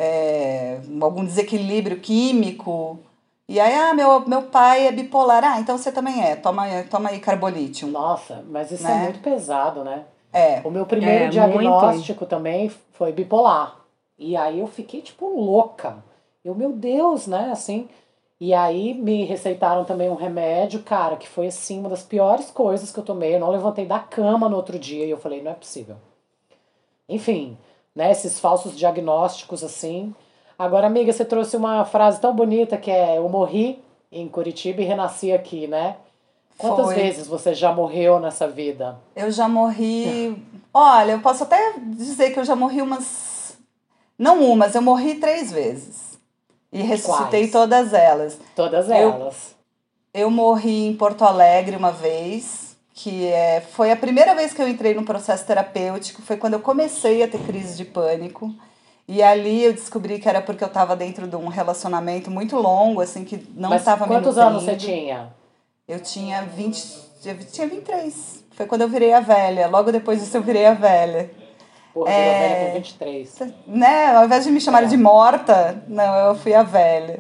É, algum desequilíbrio químico? E aí, ah, meu, meu pai é bipolar. Ah, então você também é. Toma, toma aí carbolítio. Nossa, mas isso né? é muito pesado, né? É. O meu primeiro É, diagnóstico também foi bipolar. E aí eu fiquei, tipo, louca. Eu, meu Deus, né, assim... E aí me receitaram também um remédio, cara, que foi assim uma das piores coisas que eu tomei. Eu não levantei da cama no outro dia e eu falei, não é possível. Enfim, né, esses falsos diagnósticos assim. Agora, amiga, você trouxe uma frase tão bonita que é eu morri em Curitiba e renasci aqui, né? Quantas Foi. vezes você já morreu nessa vida? Eu já morri. Olha, eu posso até dizer que eu já morri umas. Não umas, eu morri três vezes. E ressuscitei Quais? todas elas. Todas Eu- elas. Eu morri em Porto Alegre uma vez, que é, foi a primeira vez que eu entrei num processo terapêutico, foi quando eu comecei a ter crise de pânico. E ali eu descobri que era porque eu estava dentro de um relacionamento muito longo, assim, que não Mas estava me quantos anos você nutrindo. tinha? Eu tinha vinte, eu tinha vinte e três. Foi quando eu virei a velha. Logo depois disso eu virei a velha. Pô, virou velha com vinte e três. Né? Ao invés de me chamarem É. de morta, não, eu fui a velha.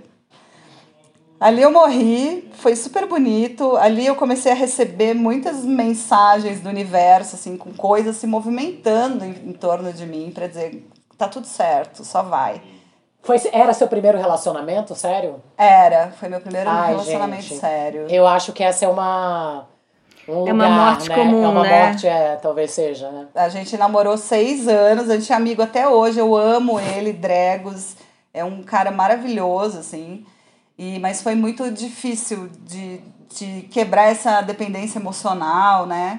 Ali eu morri, foi super bonito. Ali eu comecei a receber muitas mensagens do universo, assim, com coisas se movimentando em, em torno de mim para dizer, tá tudo certo, só vai. Foi, era seu primeiro relacionamento, sério? Era, foi meu primeiro Ai, relacionamento gente. sério. Eu acho que essa é uma... Um É uma lugar, morte né? comum, É uma né? morte, é, talvez seja, né? A gente namorou seis anos, a gente é amigo até hoje, eu amo ele, Dregos, é um cara maravilhoso, assim, e, mas foi muito difícil de, de quebrar essa dependência emocional, né?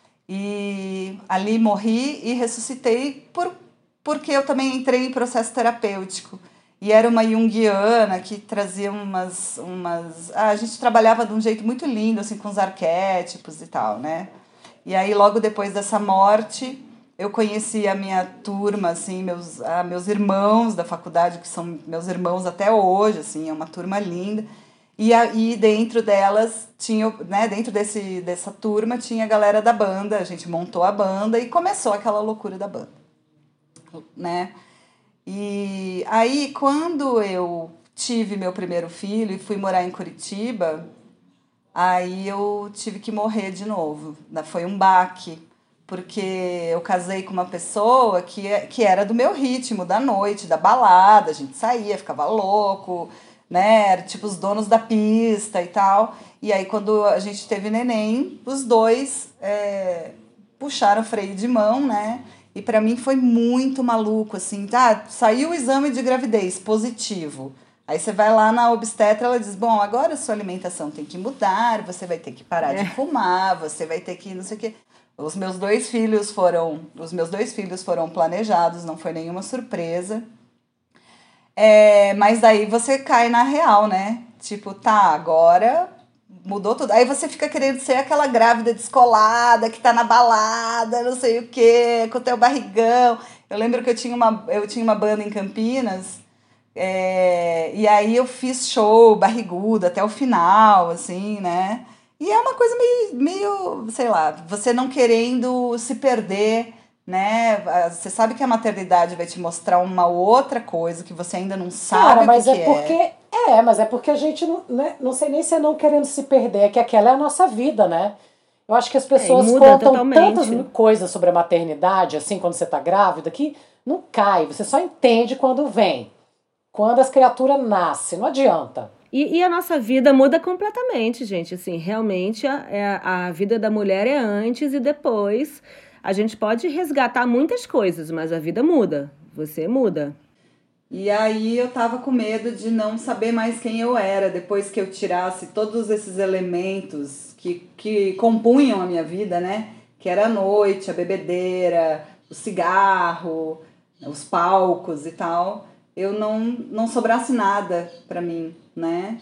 E ali morri e ressuscitei por, porque eu também entrei em processo terapêutico. E era uma junguiana que trazia umas... umas ah, a gente trabalhava de um jeito muito lindo, assim, com os arquétipos e tal, né? E aí, logo depois dessa morte, eu conheci a minha turma, assim, meus, ah, meus irmãos da faculdade, que são meus irmãos até hoje, assim, é uma turma linda. E aí, dentro delas, tinha, né, dentro desse, dessa turma, tinha a galera da banda, a gente montou a banda e começou aquela loucura da banda, né? E aí, quando eu tive meu primeiro filho e fui morar em Curitiba, aí eu tive que morrer de novo. Foi um baque, porque eu casei com uma pessoa que, que era do meu ritmo, da noite, da balada, a gente saía, ficava louco, né? Era tipo os donos da pista e tal. E aí, quando a gente teve neném, os dois é, puxaram o freio de mão, né? E pra mim foi muito maluco, assim, ah, saiu o exame de gravidez positivo. Aí você vai lá na obstetra, ela diz, bom, agora a sua alimentação tem que mudar, você vai ter que parar de fumar, você vai ter que não sei o quê. Os meus dois filhos foram, os meus dois filhos foram planejados, não foi nenhuma surpresa. É, mas daí você cai na real, né? Tipo, tá, agora mudou tudo. Aí você fica querendo ser aquela grávida descolada que tá na balada, não sei o quê, com o teu barrigão. Eu lembro que eu tinha uma, eu tinha uma banda em Campinas, é, e aí eu fiz show barrigudo até o final, assim, né? E é uma coisa meio, meio, sei lá, você não querendo se perder, né? Você sabe que a maternidade vai te mostrar uma outra coisa que você ainda não sabe Cara, o que mas que é porque... É, mas é porque a gente não, né, não sei nem se é não querendo se perder, é que aquela é a nossa vida, né? Eu acho que as pessoas É, muda contam totalmente. tantas coisas sobre a maternidade, assim, quando você tá grávida, que não cai, você só entende quando vem. Quando as criaturas nascem, não adianta. E, e a nossa vida muda completamente, gente. Assim, realmente a, é- a vida da mulher é antes e depois. A gente pode resgatar muitas coisas, mas a vida muda. Você muda. E aí eu tava com medo de não saber mais quem eu era, depois que eu tirasse todos esses elementos que, que compunham a minha vida, né? Que era a noite, a bebedeira, o cigarro, os palcos e tal. Eu não, não sobrasse nada pra mim, né?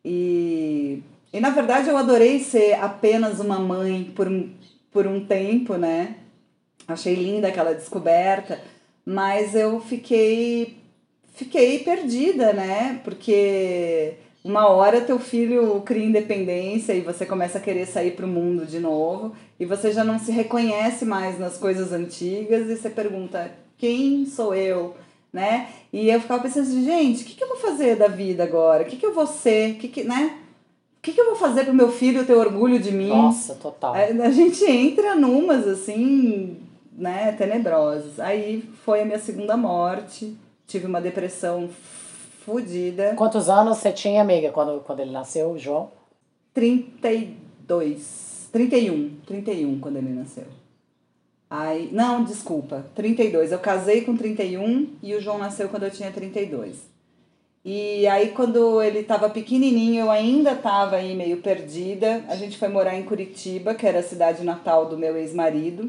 E, e na verdade eu adorei ser apenas uma mãe por, um- por um tempo, né? Achei linda aquela descoberta, mas eu fiquei fiquei perdida, né? Porque uma hora teu filho cria independência e você começa a querer sair pro mundo de novo e você já não se reconhece mais nas coisas antigas e você pergunta, quem sou eu? Né? E eu ficava pensando assim, gente, o que, que eu vou fazer da vida agora? O que, que eu vou ser? O que, que, né? O que, que eu vou fazer pro meu filho ter orgulho de mim? Nossa, total. A, a gente entra numas, assim, né, tenebrosas. Aí foi a minha segunda morte. Tive uma depressão fodida. Quantos anos você tinha, amiga, quando, quando ele nasceu, o João? trinta e dois. trinta e um. trinta e um quando ele nasceu. Aí, não, desculpa. trinta e dois. Eu casei com trinta e um e o João nasceu quando eu tinha trinta e dois. E aí, quando ele tava pequenininho, eu ainda tava aí meio perdida. A gente foi morar em Curitiba, que era a cidade natal do meu ex-marido.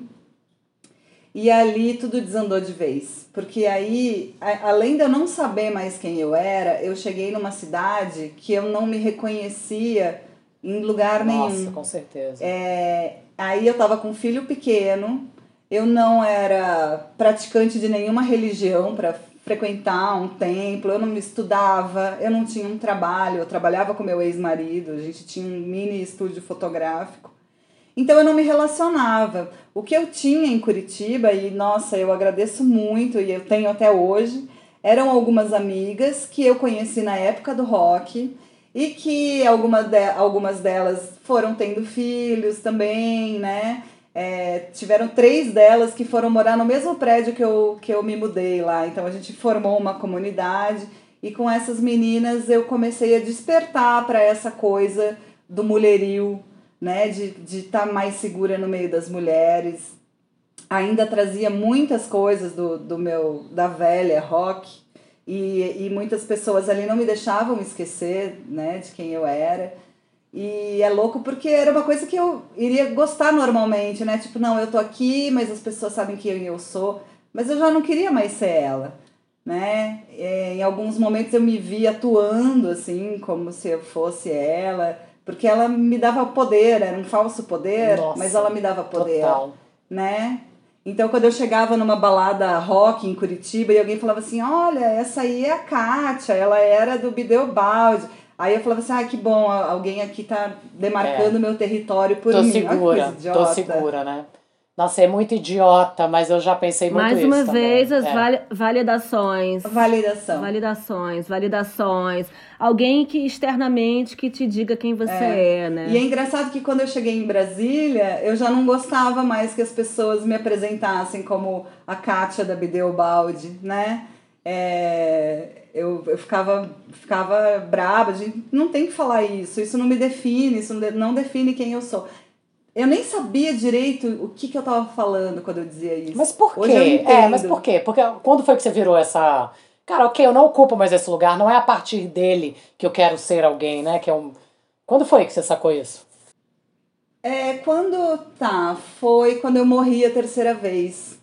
E ali tudo desandou de vez. Porque aí, a- além de eu não saber mais quem eu era, eu cheguei numa cidade que eu não me reconhecia em lugar Nossa, nenhum. com certeza. É, aí eu tava com um filho pequeno, eu não era praticante de nenhuma religião para frequentar um templo, eu não estudava, eu não tinha um trabalho, eu trabalhava com meu ex-marido, a gente tinha um mini estúdio fotográfico. Então eu não me relacionava. O que eu tinha em Curitiba, e nossa, eu agradeço muito, e eu tenho até hoje, eram algumas amigas que eu conheci na época do rock e que alguma de, algumas delas foram tendo filhos também, né? É, tiveram três delas que foram morar no mesmo prédio que eu, que eu me mudei lá. Então a gente formou uma comunidade e com essas meninas eu comecei a despertar para essa coisa do mulherio, né, de de estar mais segura no meio das mulheres. Ainda trazia muitas coisas do, do meu da velha rock e, e muitas pessoas ali não me deixavam esquecer, né, de quem eu era. E é louco porque era uma coisa que eu iria gostar normalmente, né? Tipo, não, eu tô aqui, mas as pessoas sabem quem eu sou. Mas eu já não queria mais ser ela, né? É, em alguns momentos eu me vi atuando, assim, como se eu fosse ela. Porque ela me dava poder, era um falso poder, Nossa, mas ela me dava poder, total. né? Então, quando eu chegava numa balada rock em Curitiba e alguém falava assim, olha, essa aí é a Kátia, ela era do Bideobaldi. Aí eu falava assim, ah, que bom, alguém aqui tá demarcando É. meu território por Tô mim. Olha que coisa segura, idiota. tô segura, né? Nossa, é muito idiota, mas eu já pensei muito Mais isso uma também. vez, as É. vali- validações. Validação. Validações, validações. Alguém que externamente que te diga quem você é, né? E é engraçado que quando eu cheguei em Brasília, eu já não gostava mais que as pessoas me apresentassem como a Kátia da Bideobaldi, né? É, eu, eu ficava, ficava braba, de não tem que falar isso, isso não me define, isso não de- não define quem eu sou. Eu nem sabia direito o que, que eu tava falando quando eu dizia isso. Mas por Hoje eu quê? entendo. É, mas por quê? Porque quando foi que você virou essa. Cara, ok, eu não ocupo mais esse lugar, não é a partir dele que eu quero ser alguém, né? Que é um... Quando foi que você sacou isso? É, quando tá, foi quando eu morri a terceira vez.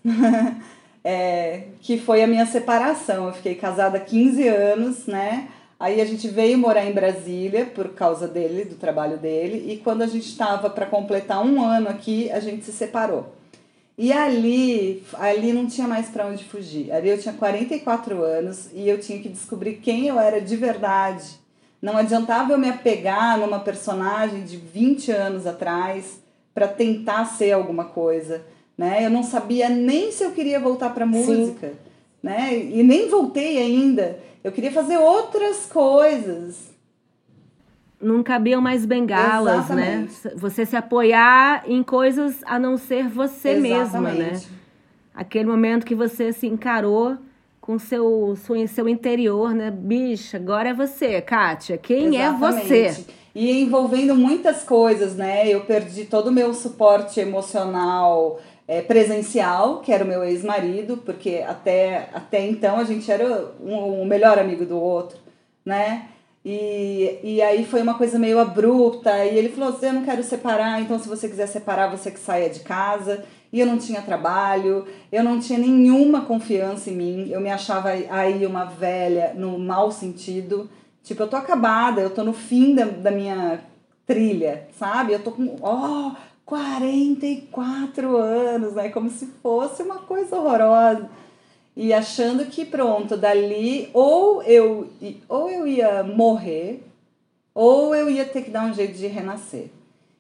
É, que foi a minha separação. Eu fiquei casada há quinze anos, né? Aí a gente veio morar em Brasília por causa dele, do trabalho dele, e quando a gente estava para completar um ano aqui, a gente se separou. E ali, ali não tinha mais para onde fugir. Ali eu tinha quarenta e quatro anos e eu tinha que descobrir quem eu era de verdade. Não adiantava eu me apegar numa personagem de vinte anos atrás para tentar ser alguma coisa, né? Eu não sabia nem se eu queria voltar para música, né? E nem voltei ainda. Eu queria fazer outras coisas. Não cabiam mais bengalas, né? Exatamente. Você se apoiar em coisas a não ser você mesma, né? Exatamente. Aquele momento que você se encarou com seu, seu, seu interior, né? Bicha, agora é você, Kátia. Quem é você? Exatamente. E envolvendo muitas coisas, né? Eu perdi todo o meu suporte emocional é, presencial, que era o meu ex-marido, porque até, até então a gente era um, um melhor amigo do outro, né? E, e aí foi uma coisa meio abrupta, e ele falou assim, eu não quero separar, então se você quiser separar, você que saia de casa. E eu não tinha trabalho, eu não tinha nenhuma confiança em mim, eu me achava aí uma velha, no mau sentido. Tipo, eu tô acabada, eu tô no fim da, da minha trilha, sabe? Eu tô com, ó, quarenta e quatro anos, né? Como se fosse uma coisa horrorosa. E achando que, pronto, dali, ou eu, ou eu ia morrer, ou eu ia ter que dar um jeito de renascer.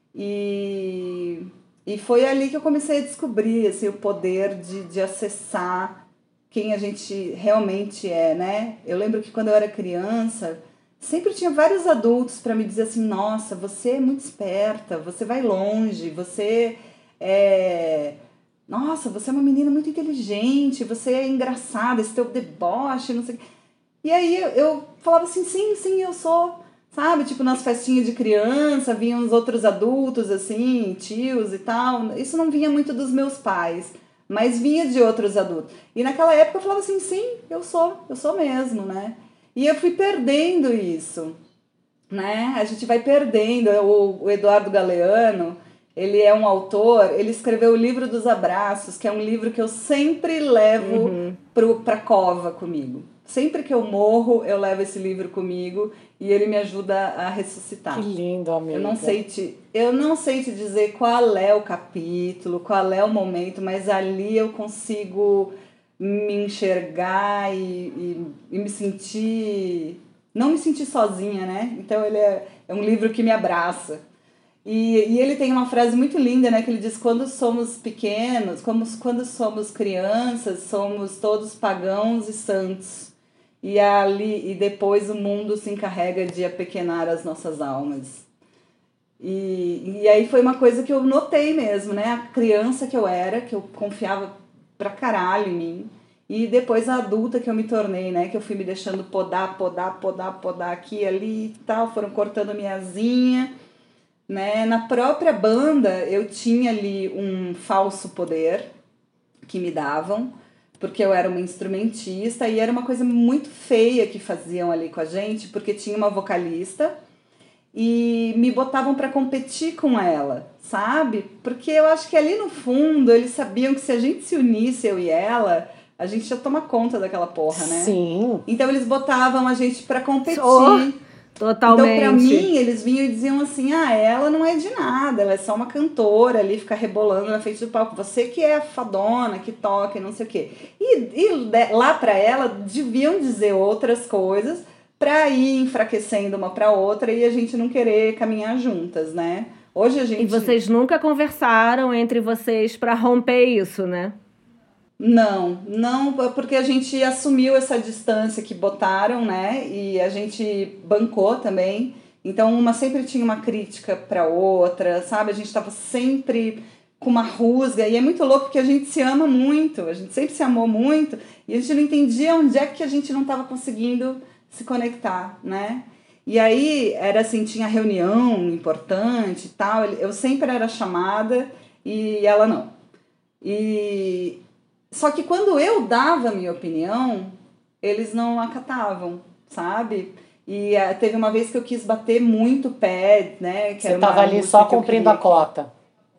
E, e foi ali que eu comecei a descobrir, assim, o poder de, de acessar quem a gente realmente é, né? Eu lembro que quando eu era criança, sempre tinha vários adultos para me dizer assim, nossa, você é muito esperta, você vai longe, você é... Nossa, você é uma menina muito inteligente, você é engraçada, esse teu deboche, não sei o quê. E aí eu, eu falava assim, sim, sim, eu sou, sabe? Tipo, nas festinhas de criança, vinham os outros adultos, assim, tios e tal. Isso não vinha muito dos meus pais, mas vinha de outros adultos. E naquela época eu falava assim, sim, eu sou, eu sou mesmo, né? E eu fui perdendo isso, né? A gente vai perdendo. O, o Eduardo Galeano, ele é um autor, ele escreveu o Livro dos Abraços, que é um livro que eu sempre levo Uhum. pro, pra cova comigo. Sempre que eu morro, eu levo esse livro comigo e ele me ajuda a ressuscitar. Que lindo, amiga. Eu não sei te, eu não sei te dizer qual é o capítulo, qual é o momento, mas ali eu consigo me enxergar e, e, e me sentir... Não me sentir sozinha, né? Então ele é, é um livro que me abraça. E, e ele tem uma frase muito linda, né? Que ele diz, quando somos pequenos, como, quando somos crianças, somos todos pagãos e santos. E, ali, e depois o mundo se encarrega de apequenar as nossas almas. E, e aí foi uma coisa que eu notei mesmo, né? A criança que eu era, que eu confiava pra caralho em mim. E depois a adulta que eu me tornei, né? Que eu fui me deixando podar, podar, podar, podar aqui e ali e tal. Foram cortando minha asinha, né? Na própria banda eu tinha ali um falso poder que me davam, porque eu era uma instrumentista e era uma coisa muito feia que faziam ali com a gente, porque tinha uma vocalista e me botavam para competir com ela, sabe? Porque eu acho que ali no fundo eles sabiam que se a gente se unisse, eu e ela, a gente ia tomar conta daquela porra, né? Sim. Então eles botavam a gente para competir. Oh, totalmente. Então, pra mim, eles vinham e diziam assim, ah, ela não é de nada, ela é só uma cantora ali, fica rebolando na frente do palco. Você que é a fadona, que toca e não sei o quê. E, e de, lá pra ela, deviam dizer outras coisas pra ir enfraquecendo uma pra outra e a gente não querer caminhar juntas, né? Hoje a gente... E vocês nunca conversaram entre vocês pra romper isso, né? Não, não, porque a gente assumiu essa distância que botaram, né? E a gente bancou também. Então, uma sempre tinha uma crítica para outra, sabe? A gente estava sempre com uma rusga. E é muito louco porque a gente se ama muito, a gente sempre se amou muito. E a gente não entendia onde é que a gente não estava conseguindo se conectar, né? E aí, era assim, tinha reunião importante e tal. Eu sempre era chamada e ela não. E... Só que quando eu dava a minha opinião, eles não acatavam, sabe? E uh, teve uma vez que eu quis bater muito pé, né? Que Você estava ali só cumprindo a cota.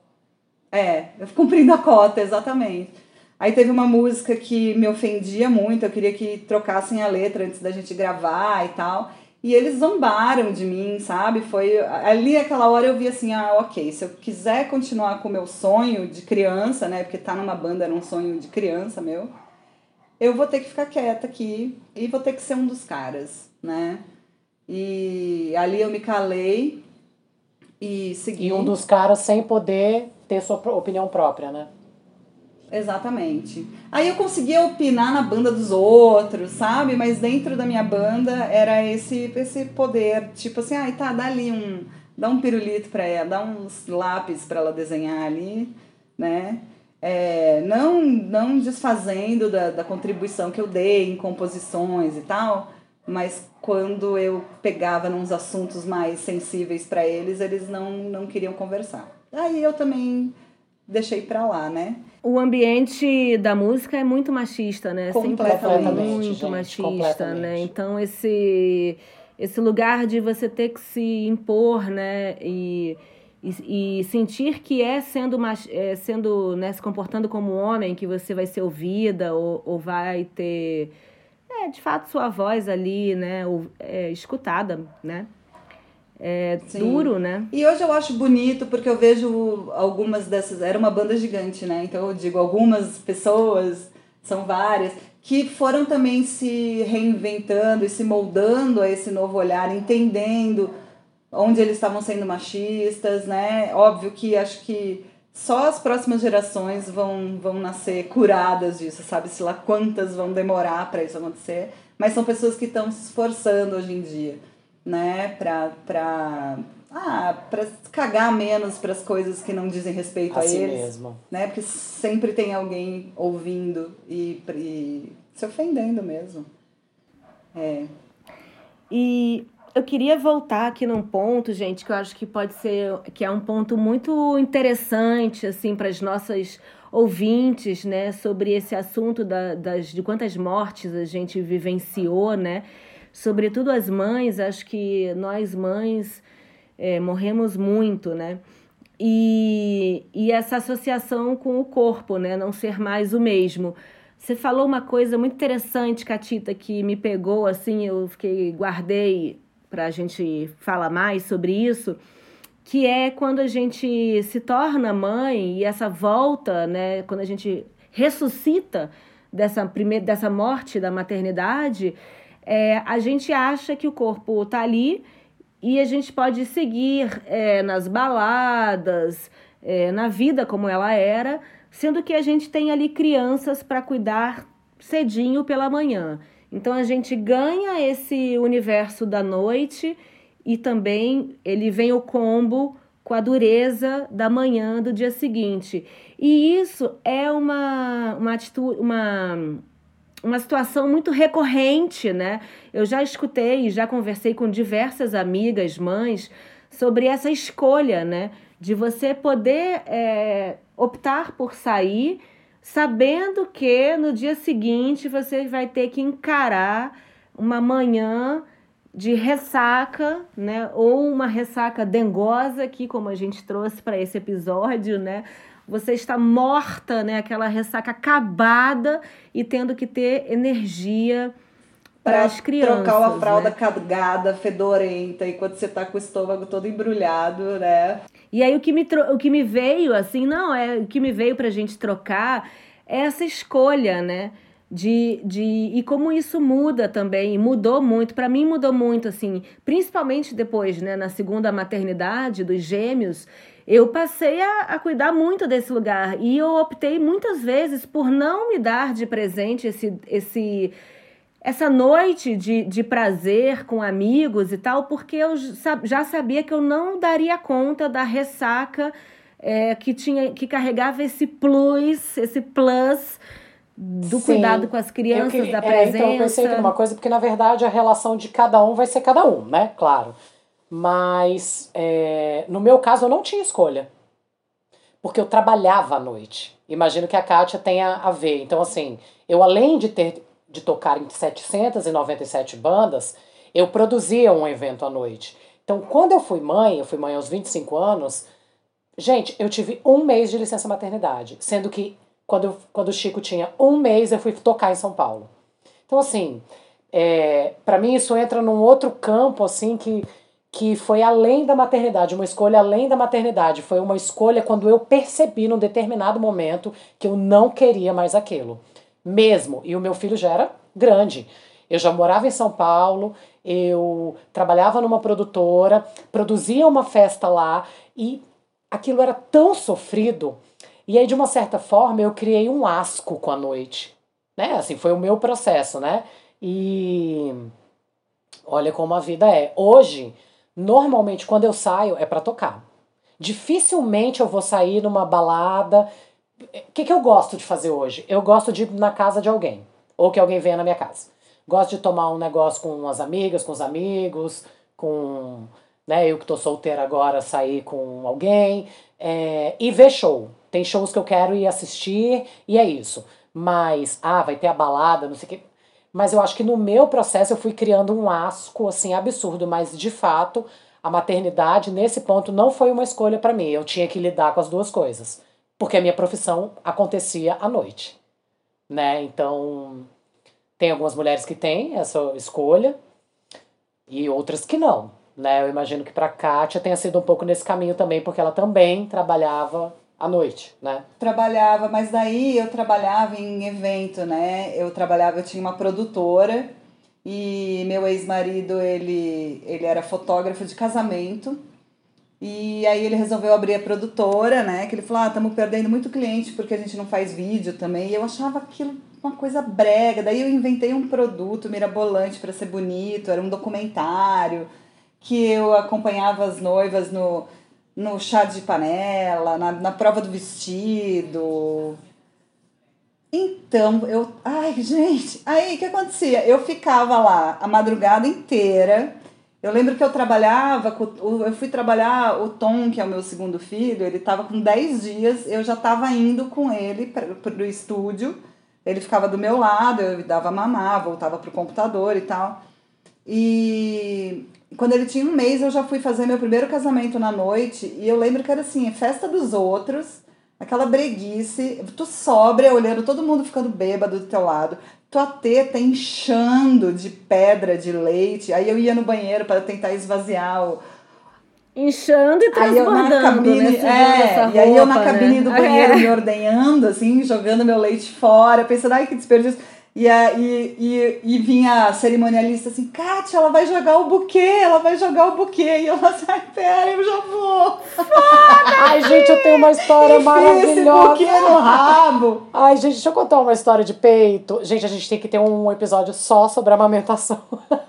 É, eu cumprindo a cota, exatamente. Aí teve uma música que me ofendia muito, eu queria que trocassem a letra antes da gente gravar e tal. E eles zombaram de mim, sabe? Foi ali naquela hora eu vi assim, ah, ok, se eu quiser continuar com o meu sonho de criança, né? Porque tá numa banda era um sonho de criança meu, eu vou ter que ficar quieta aqui e vou ter que ser um dos caras, né? E ali eu me calei e segui. E um dos caras sem poder ter sua opinião própria, né? Exatamente. Aí eu conseguia opinar na banda dos outros, sabe? Mas dentro da minha banda era esse, esse poder, tipo assim, ai, tá, dá ali um, dá um pirulito pra ela, dá uns lápis pra ela desenhar ali, né? É, não, não desfazendo da, da contribuição que eu dei em composições e tal, mas quando eu pegava nos assuntos mais sensíveis pra eles, eles não, não queriam conversar. Aí eu também deixei pra lá, né? O ambiente da música é muito machista, né? Completamente, Sempre foi muito gente, machista, né? Então esse esse lugar de você ter que se impor, né? E, e, e sentir que é sendo, é, sendo né, se comportando como homem que você vai ser ouvida ou, ou vai ter, é, de fato, sua voz ali, né? Ou, é, escutada, né? É Sim. Duro, né? E hoje eu acho bonito porque eu vejo algumas dessas... Era uma banda gigante, né? Então eu digo, algumas pessoas, são várias, que foram também se reinventando e se moldando a esse novo olhar, entendendo onde eles estavam sendo machistas, né? Óbvio que acho que só as próximas gerações vão, vão nascer curadas disso, sabe-se lá quantas vão demorar para isso acontecer, mas são pessoas que estão se esforçando hoje em dia, né, pra, pra, ah, pra cagar menos pras coisas que não dizem respeito a Assim eles, mesmo. né, porque sempre tem alguém ouvindo e, e se ofendendo mesmo. É. E eu queria voltar aqui num ponto, gente, que eu acho que pode ser, que é um ponto muito interessante, assim, para as nossas ouvintes, né, sobre esse assunto da, das, de quantas mortes a gente vivenciou, né, sobretudo as mães, acho que nós mães é, morremos muito, né, e, e essa associação com o corpo, né, não ser mais o mesmo. Você falou uma coisa muito interessante, Catita, que me pegou, assim, eu fiquei, guardei para a gente falar mais sobre isso, que é quando a gente se torna mãe e essa volta, né, quando a gente ressuscita dessa, primeira, dessa morte da maternidade, é, a gente acha que o corpo está ali e a gente pode seguir é, nas baladas, é, na vida como ela era, sendo que a gente tem ali crianças para cuidar cedinho pela manhã. Então a gente ganha esse universo da noite e também ele vem o combo com a dureza da manhã do dia seguinte. E isso é uma, uma, atitude, uma, uma situação muito recorrente, né? Eu já escutei, já conversei com diversas amigas, mães, sobre essa escolha, né? De você poder é, optar por sair sabendo que no dia seguinte você vai ter que encarar uma manhã de ressaca, né? Ou uma ressaca dengosa, que como a gente trouxe para esse episódio, né? Você está morta, né? Aquela ressaca acabada e tendo que ter energia para as crianças. Trocar uma fralda né? cagada, fedorenta, enquanto você tá com o estômago todo embrulhado, né? E aí o que me, tro- o que me veio, assim, não, é o que me veio pra gente trocar é essa escolha, né? De, de, e como isso muda também, mudou muito, para mim mudou muito, assim, principalmente depois, né, na segunda maternidade dos gêmeos, eu passei a, a cuidar muito desse lugar e eu optei muitas vezes por não me dar de presente esse, esse, essa noite de, de prazer com amigos e tal, porque eu já sabia que eu não daria conta da ressaca é, que tinha, que carregava esse plus, esse plus do Sim. cuidado com as crianças, Eu que- da é, presença. então eu pensei aqui numa coisa, porque na verdade a relação de cada um vai ser cada um, né? Claro. Mas é, no meu caso eu não tinha escolha. Porque eu trabalhava à noite. Imagino que a Kátia tenha a ver. Então, assim, eu além de ter de tocar em setecentas e noventa e sete bandas, eu produzia um evento à noite. Então, quando eu fui mãe, eu fui mãe aos vinte e cinco anos, gente, eu tive um mês de licença maternidade, sendo que quando, eu- quando o Chico tinha um mês, eu fui tocar em São Paulo. Então, assim, é, para mim isso entra num outro campo, assim, que, que foi além da maternidade, uma escolha além da maternidade. Foi uma escolha quando eu percebi, num determinado momento, que eu não queria mais aquilo. Mesmo. E o meu filho já era grande. Eu já morava em São Paulo, eu trabalhava numa produtora, produzia uma festa lá, e aquilo era tão sofrido. E aí, de uma certa forma, eu criei um asco com a noite. Né? Assim, foi o meu processo, né? E olha como a vida é. Hoje, normalmente, quando eu saio, é pra tocar. Dificilmente eu vou sair numa balada. O que, que eu gosto de fazer hoje? Eu gosto de ir na casa de alguém. Ou que alguém venha na minha casa. Gosto de tomar um negócio com as amigas, com os amigos, com. Né, eu que tô solteira agora, sair com alguém. É, e ver show. Tem shows que eu quero ir assistir, e é isso. Mas, ah, vai ter a balada, não sei o quê. Mas eu acho que no meu processo eu fui criando um asco, assim, absurdo. Mas, de fato, a maternidade, nesse ponto, não foi uma escolha pra mim. Eu tinha que lidar com as duas coisas. Porque a minha profissão acontecia à noite, né? Então, tem algumas mulheres que têm essa escolha e outras que não, né? Eu imagino que para Kátia tenha sido um pouco nesse caminho também, porque ela também trabalhava à noite, né? Trabalhava, mas daí eu trabalhava em evento, né? Eu trabalhava, eu tinha uma produtora e meu ex-marido, ele, ele era fotógrafo de casamento. E aí ele resolveu abrir a produtora, né? Que ele falou, ah, estamos perdendo muito cliente porque a gente não faz vídeo também. E eu achava aquilo uma coisa brega. Daí eu inventei um produto mirabolante para ser bonito. Era um documentário que eu acompanhava as noivas no, no chá de panela, na, na prova do vestido. Então, eu... Ai, gente, aí o que acontecia? Eu ficava lá a madrugada inteira. Eu lembro que eu trabalhava, com, eu fui trabalhar, o Tom, que é o meu segundo filho, ele estava com dez dias, eu já estava indo com ele para o estúdio, ele ficava do meu lado, eu dava mamar, voltava pro computador e tal. E quando ele tinha um mês, eu já fui fazer meu primeiro casamento na noite, e eu lembro que era assim, festa dos outros, aquela breguice, tu sóbria, olhando todo mundo ficando bêbado do teu lado, tua teta inchando de pedra, de leite, aí eu ia no banheiro para tentar esvaziar o... Inchando e transbordando, aí eu na cabine, né? é, roupa, e aí eu na cabine né? do banheiro é. me ordenhando, assim, jogando meu leite fora, pensando, ai, que desperdício. E, e, e, e vinha a cerimonialista assim, Kátia, ela vai jogar o buquê, ela vai jogar o buquê. E eu assim, ai, pera, eu já vou. Ai, gente, eu tenho uma história Enfim, maravilhosa. Esse buquê no rabo. Ai, gente, deixa eu contar uma história de peito. Gente, a gente tem que ter um episódio só sobre amamentação.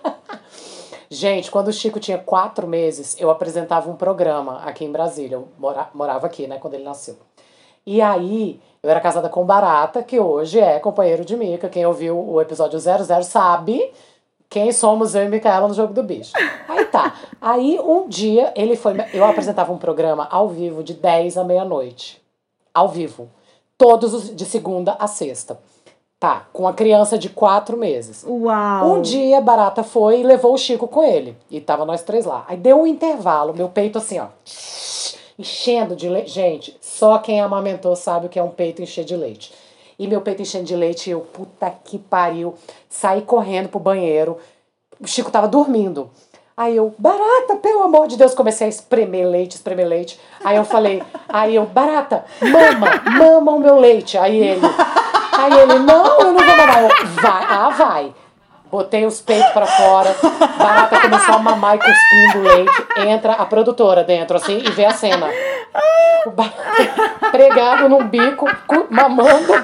Gente, quando o Chico tinha quatro meses, eu apresentava um programa aqui em Brasília. Eu mora, morava aqui, né, quando ele nasceu. E aí, eu era casada com o Barata, que hoje é companheiro de Mica. Quem ouviu o episódio zero zero sabe quem somos eu e Micaela no Jogo do Bicho. Aí tá. Aí, um dia, ele foi... Eu apresentava um programa ao vivo de dez à meia-noite. Ao vivo. Todos os... De segunda a sexta. Tá, com a criança de quatro meses. Uau! Um dia, Barata foi e levou o Chico com ele. E tava nós três lá. Aí deu um intervalo, meu peito assim, ó... enchendo de leite. Gente, só quem amamentou sabe o que é um peito encher de leite. E meu peito enchendo de leite, eu, puta que pariu, saí correndo pro banheiro. O Chico tava dormindo. Aí eu, Barata, pelo amor de Deus, comecei a espremer leite, espremer leite. Aí eu falei, aí eu, Barata, mama, mama o meu leite. Aí ele, aí ele, não, eu não vou mamar. Eu, vai, ah, vai. Botei os peitos pra fora, Barata começou a mamar e cuspindo leite. Entra a produtora dentro, assim, e vê a cena. O Barata pregado num bico, mamando.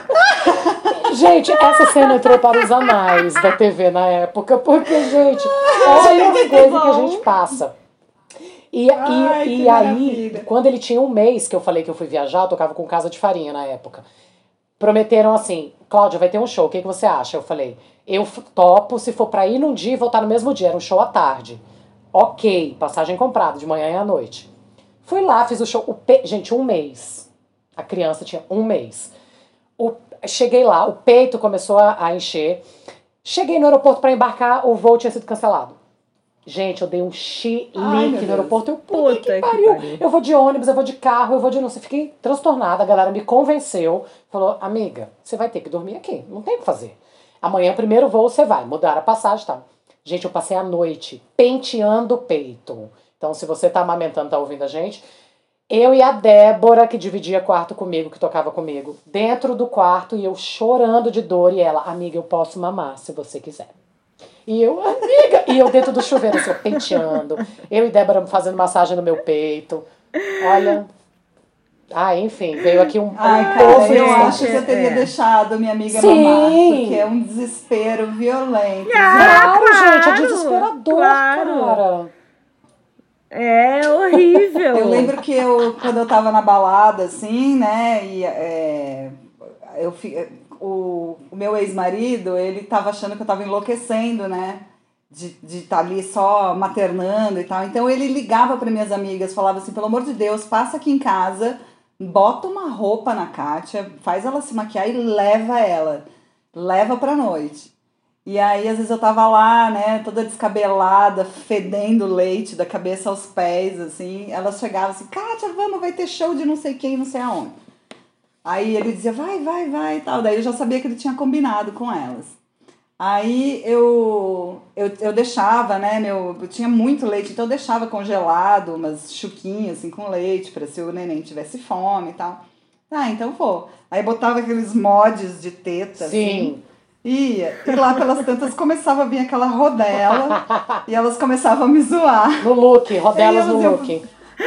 Gente, essa cena entrou para os anais da T V na época, porque, gente, olha as coisas que a gente passa. E, Ai, e, que e aí, maravilha. quando ele tinha um mês que eu falei que eu fui viajar, eu tocava com Casa de Farinha na época. Prometeram assim, Cláudia, vai ter um show, o que, que você acha? Eu falei, eu topo se for pra ir num dia e voltar no mesmo dia, era um show à tarde. Ok, passagem comprada, de manhã e à noite. Fui lá, fiz o show, o pe... gente, um mês. A criança tinha um mês. O... Cheguei lá, o peito começou a, a encher. Cheguei no aeroporto pra embarcar, o voo tinha sido cancelado. Gente, eu dei um chilique no aeroporto. Eu, puta, Puta que, que pariu. pariu. Eu vou de ônibus, eu vou de carro, eu vou de não sei. Fiquei transtornada, a galera me convenceu. Falou, amiga, você vai ter que dormir aqui. Não tem o que fazer. Amanhã, primeiro voo, você vai. Mudaram a passagem e tal. Gente, eu passei a noite penteando o peito. Então, se você tá amamentando, tá ouvindo a gente... Eu e a Débora, que dividia quarto comigo, que tocava comigo, dentro do quarto, e eu chorando de dor, e ela, amiga, eu posso mamar, se você quiser. E eu, amiga, e eu dentro do chuveiro, assim, eu penteando, eu e Débora fazendo massagem no meu peito. Olha, ah, enfim, veio aqui um, Ai, um cara, povo eu de- acho que eu teria É. deixado minha amiga Sim. mamar, porque é um desespero violento. Ah, Não, gente, é claro, desesperador, claro. cara. É horrível. Eu lembro que eu, quando eu tava na balada, assim, né, e é, eu, fi- o, o meu ex-marido, ele tava achando que eu tava enlouquecendo, né, de de estar ali só maternando e tal. Então ele ligava para minhas amigas, falava assim, pelo amor de Deus, passa aqui em casa, bota uma roupa na Kátia, faz ela se maquiar e leva ela, leva pra noite. E aí, às vezes, eu tava lá, né, toda descabelada, fedendo leite da cabeça aos pés, assim. Elas chegavam assim, Kátia, vamos, vai ter show de não sei quem, não sei aonde. Aí ele dizia, vai, vai, vai e tal. Daí eu já sabia que ele tinha combinado com elas. Aí eu, eu, eu deixava, né, meu, eu tinha muito leite, então eu deixava congelado, umas chuquinhas, assim, com leite, pra se o neném tivesse fome e tal. Ah, então vou. Aí botava aqueles mods de teta, assim. Sim. Ia. E lá pelas tantas começava a vir aquela rodela e elas começavam a me zoar. No look, rodelas Aí eu- no eu- look.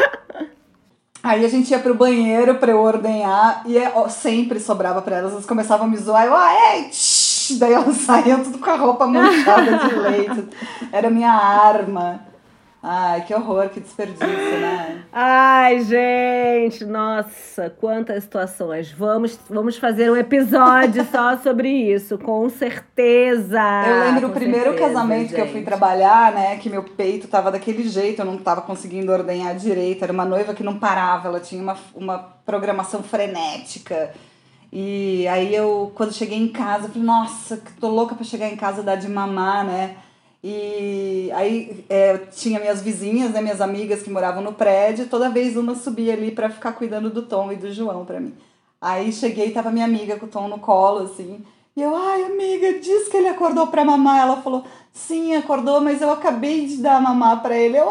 Aí a gente ia pro banheiro pra eu ordenhar e é, ó, sempre sobrava pra elas. Elas começavam a me zoar. Eu, ah, ei, tsh! Daí elas saíam tudo com a roupa manchada de leite. Era minha arma. Ai, que horror, que desperdício, né? Ai, gente, nossa, quantas situações. Vamos, vamos fazer um episódio só sobre isso, com certeza. Eu lembro o com primeiro certeza, casamento gente. que eu fui trabalhar, né? Que meu peito tava daquele jeito, eu não tava conseguindo ordenhar direito. Era uma noiva que não parava, ela tinha uma, uma programação frenética. E aí eu, quando cheguei em casa, eu falei, nossa, que tô louca pra chegar em casa e dar de mamar, né? E aí é, tinha minhas vizinhas, né, minhas amigas que moravam no prédio, toda vez uma subia ali pra ficar cuidando do Tom e do João pra mim. Aí cheguei e tava minha amiga com o Tom no colo, assim, e eu, ai amiga, diz que ele acordou pra mamar. Ela falou, sim, acordou, mas eu acabei de dar mamar pra ele. Eu,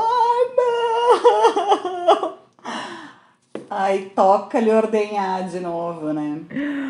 ai, não! Aí toca-lhe ordenhar de novo, né?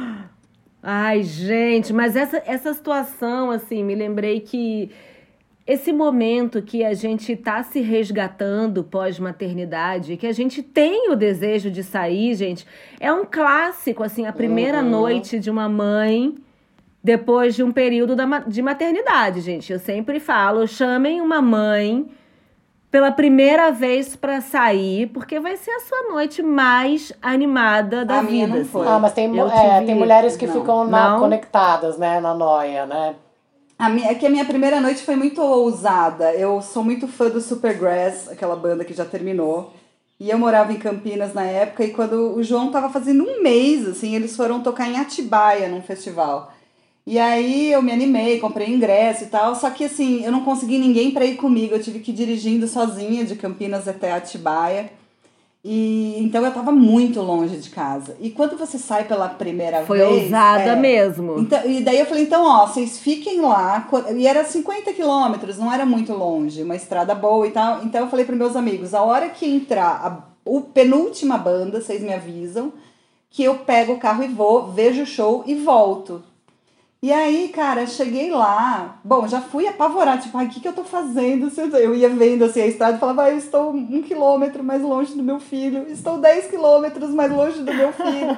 Ai, gente, mas essa, essa situação, assim, me lembrei que esse momento que a gente tá se resgatando pós-maternidade, que a gente tem o desejo de sair, gente, é um clássico, assim, a primeira Uhum. noite de uma mãe depois de um período da, ma- de maternidade, gente. Eu sempre falo, chamem uma mãe pela primeira vez pra sair, porque vai ser a sua noite mais animada da A minha vida. não assim. foi. Ah, mas tem, Eu é, tive- tem mulheres que Não. ficam na- Não? conectadas, né, na noia, né? A minha, é que a minha primeira noite foi muito ousada. Eu sou muito fã do Supergrass, aquela banda que já terminou. E eu morava em Campinas na época, e quando o João tava fazendo um mês, assim, eles foram tocar em Atibaia, num festival. E aí eu me animei, comprei ingresso e tal, só que assim, eu não consegui ninguém pra ir comigo, eu tive que ir dirigindo sozinha de Campinas até Atibaia. E então eu tava muito longe de casa. E quando você sai pela primeira Foi vez. ousada é, mesmo. então, e daí eu falei, então, ó, vocês fiquem lá. co- E era cinquenta quilômetros, não era muito longe, uma estrada boa e tal. Então eu falei pros meus amigos, a hora que entrar a o penúltima banda, vocês me avisam, que eu pego o carro e vou, vejo o show e volto. E aí, cara, cheguei lá. Bom, já fui apavorada, tipo, ai, o que, que eu tô fazendo? Se Eu eu ia vendo assim a estrada e falava, ai, eu estou um quilômetro mais longe do meu filho, estou dez quilômetros mais longe do meu filho.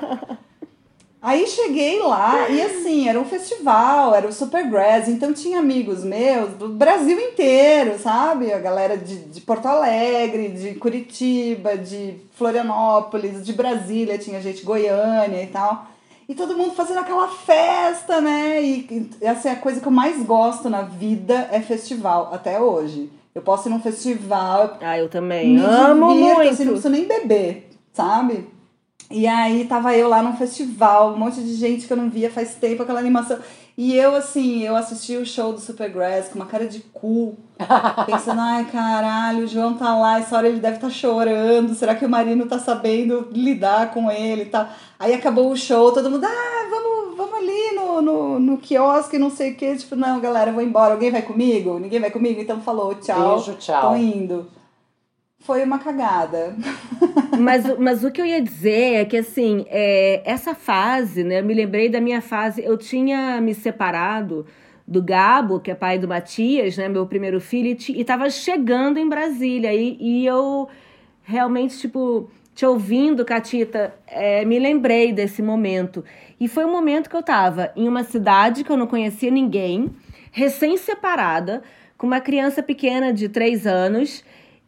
Aí cheguei lá e assim, era um festival, era o Supergrass, então tinha amigos meus do Brasil inteiro, sabe? A galera de, de Porto Alegre, de Curitiba, de Florianópolis, de Brasília, tinha gente de Goiânia e tal. E todo mundo fazendo aquela festa, né? E, e assim, a coisa que eu mais gosto na vida é festival, até hoje. Eu posso ir num festival, Ah, eu também. me Amo divirto, muito. assim, não preciso nem beber, sabe? E aí tava eu lá num festival, um monte de gente que eu não via faz tempo, aquela animação. E eu, assim, eu assisti o show do Supergrass com uma cara de cu, pensando, ai, caralho, o João tá lá, essa hora ele deve estar chorando, será que o Marino tá sabendo lidar com ele e tal? Aí acabou o show, todo mundo, ah, vamos, vamos ali no, no, no quiosque, não sei o quê. Tipo, não, galera, eu vou embora, alguém vai comigo? Ninguém vai comigo? Então falou, tchau, Beijo, tchau. tô indo. Foi uma cagada. Mas, mas o que eu ia dizer é que, assim, é, essa fase, né? Eu me lembrei da minha fase. Eu tinha me separado do Gabo, que é pai do Matias, né? Meu primeiro filho, e, ti- e tava chegando em Brasília. E, e eu realmente, tipo, te ouvindo, Catita, é, me lembrei desse momento. E foi um momento que eu tava em uma cidade que eu não conhecia ninguém, recém-separada, com uma criança pequena de três anos.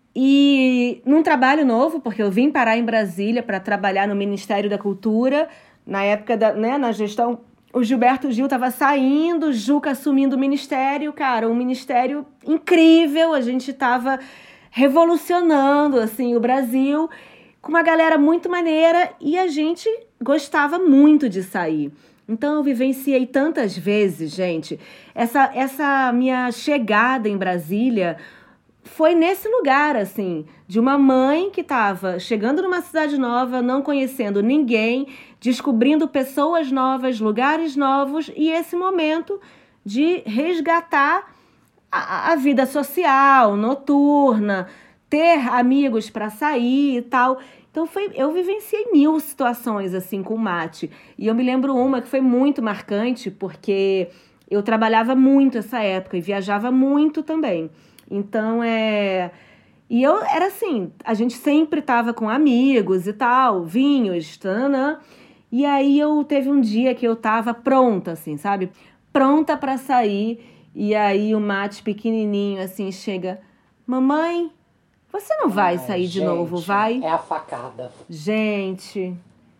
E num trabalho novo, porque eu vim parar em Brasília para trabalhar no Ministério da Cultura, na época, da, né, na gestão, o Gilberto Gil estava saindo, o Juca assumindo o ministério, cara, um ministério incrível, a gente estava revolucionando, assim, o Brasil, com uma galera muito maneira, e a gente gostava muito de sair. Então eu vivenciei tantas vezes, gente, essa, essa minha chegada em Brasília foi nesse lugar, assim, de uma mãe que estava chegando numa cidade nova, não conhecendo ninguém, descobrindo pessoas novas, lugares novos, e esse momento de resgatar a, a vida social, noturna, ter amigos para sair e tal. Então foi, eu vivenciei mil situações assim com o mate. E eu me lembro uma que foi muito marcante, porque eu trabalhava muito essa época e viajava muito também. Então, é... E eu era assim, a gente sempre tava com amigos e tal, vinhos, tanã. E aí eu teve um dia que eu tava pronta, assim, sabe? Pronta pra sair. E aí o Mate pequenininho, assim, chega... Mamãe, Você não vai Ai, sair de gente, novo, vai? É a facada. Gente,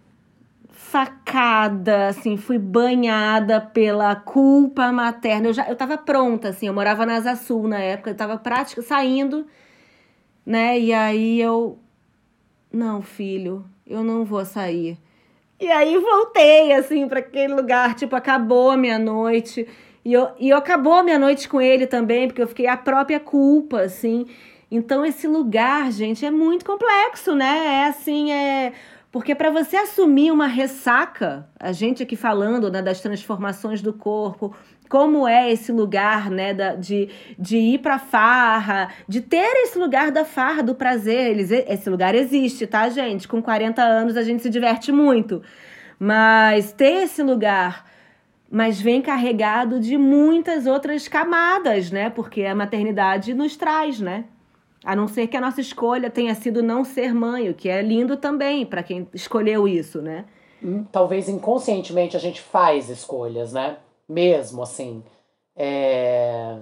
facada, assim, fui banhada pela culpa materna. Eu já, eu tava pronta, assim, eu morava na Asa Sul na época, eu tava prática, saindo, né? E aí eu, não, filho, eu não vou sair. E aí voltei, assim, para aquele lugar, tipo, acabou a minha noite. E eu, e eu acabou a minha noite com ele também, porque eu fiquei a própria culpa, assim. Então, esse lugar, gente, é muito complexo, né? É assim, é... Porque para você assumir uma ressaca, a gente aqui falando, né, das transformações do corpo, como é esse lugar, né, da, de, de ir pra farra, de ter esse lugar da farra, do prazer. Eles, esse lugar existe, tá, gente? Com quarenta anos a gente se diverte muito. Mas ter esse lugar, mas vem carregado de muitas outras camadas, né? Porque a maternidade nos traz, né? A não ser que a nossa escolha tenha sido não ser mãe, o que é lindo também para quem escolheu isso, né? Talvez inconscientemente a gente faz escolhas, né? Mesmo assim. É...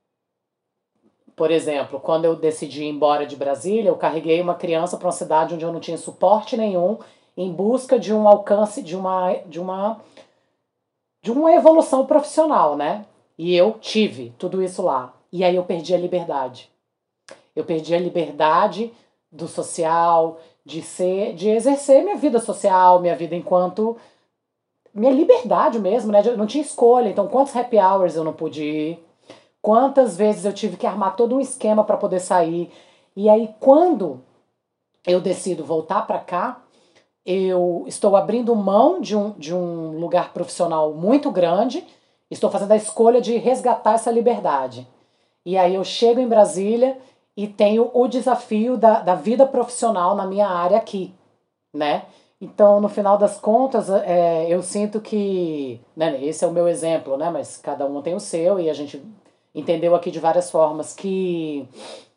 Por exemplo, quando eu decidi ir embora de Brasília, eu carreguei uma criança para uma cidade onde eu não tinha suporte nenhum, em busca de um alcance, de uma, de uma, de uma evolução profissional, né? E eu tive tudo isso lá. E aí eu perdi a liberdade. Eu perdi a liberdade do social, de ser, de exercer minha vida social, minha vida enquanto... Minha liberdade mesmo, né? Eu não tinha escolha. Então, quantos happy hours eu não pude ir? Quantas vezes eu tive que armar todo um esquema para poder sair? E aí, quando eu decido voltar para cá, eu estou abrindo mão de um, de um lugar profissional muito grande, estou fazendo a escolha de resgatar essa liberdade. E aí eu chego em Brasília e tenho o desafio da, da vida profissional na minha área aqui, né? Então, no final das contas, é, eu sinto que... Né, esse é o meu exemplo, né? Mas cada um tem o seu e a gente entendeu aqui de várias formas que...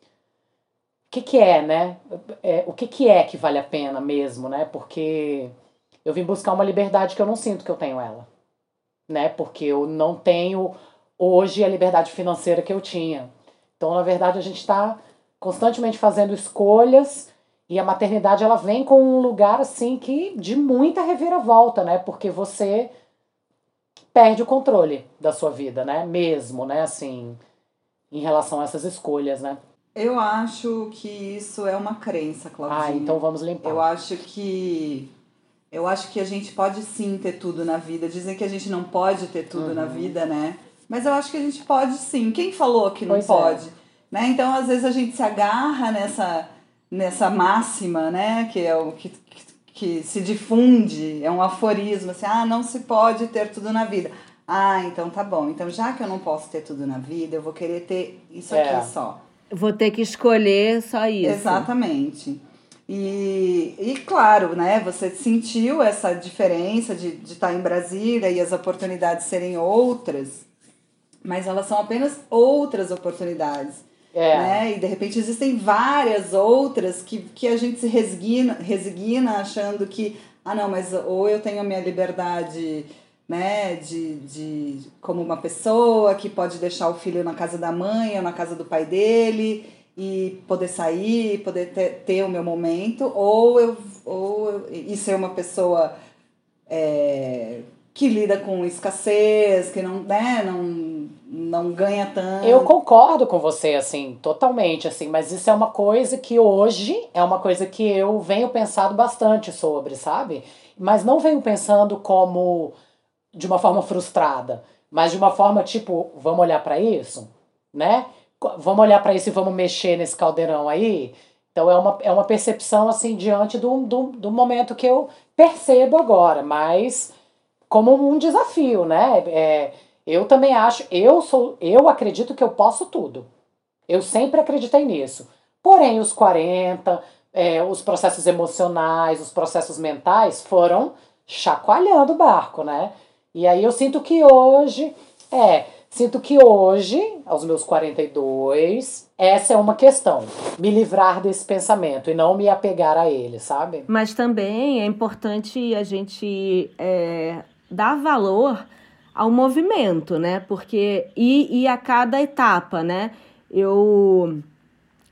O que, que é, né? É, o que, que é que vale a pena mesmo, né? Porque eu vim buscar uma liberdade que eu não sinto que eu tenho ela, né? Porque eu não tenho hoje a liberdade financeira que eu tinha. Então, na verdade, a gente está constantemente fazendo escolhas e a maternidade ela vem com um lugar assim que de muita reviravolta, né? Porque você perde o controle da sua vida, né? Mesmo, né? Assim, em relação a essas escolhas, né? Eu acho que isso é uma crença, Claudinha. Ah, então vamos limpar. Eu acho que eu acho que a gente pode sim ter tudo na vida. Dizem que a gente não pode ter tudo uhum. na vida, né? Mas eu acho que a gente pode sim. Quem falou que não pois pode? É. Né? Então, às vezes, a gente se agarra nessa, nessa máxima, né? Que é o que, que, que se difunde, é um aforismo, assim, ah, não se pode ter tudo na vida. Ah, então tá bom. Então, já que eu não posso ter tudo na vida, eu vou querer ter isso é. aqui só. Vou ter que escolher só isso. Exatamente. E, e claro, né, você sentiu essa diferença de, de estar em Brasília e as oportunidades serem outras, mas elas são apenas outras oportunidades. É. Né? E de repente existem várias outras que, que a gente se resigna, resigna achando que, ah não, mas ou eu tenho a minha liberdade... Né, de, de, como uma pessoa que pode deixar o filho na casa da mãe ou na casa do pai dele e poder sair, poder ter, ter o meu momento, ou eu, ou eu e ser uma pessoa é, que lida com escassez, que não, né, não, não ganha tanto. Eu concordo com você, assim, totalmente, assim, mas isso é uma coisa que hoje é uma coisa que eu venho pensando bastante sobre, sabe? Mas não venho pensando como... de uma forma frustrada, mas de uma forma tipo, vamos olhar para isso, né? Vamos olhar para isso e vamos mexer nesse caldeirão aí. Então é uma, é uma percepção assim diante do, do, do momento que eu percebo agora, mas como um desafio, né? É, eu também acho, eu sou, eu acredito que eu posso tudo. Eu sempre acreditei nisso. Porém, os quarenta, é, os processos emocionais, os processos mentais foram chacoalhando o barco, né? E aí eu sinto que hoje, é, sinto que hoje, aos meus quarenta e dois, essa é uma questão. Me livrar desse pensamento e não me apegar a ele, sabe? Mas também é importante a gente é, dar valor ao movimento, né? Porque, e, e a cada etapa, né? Eu...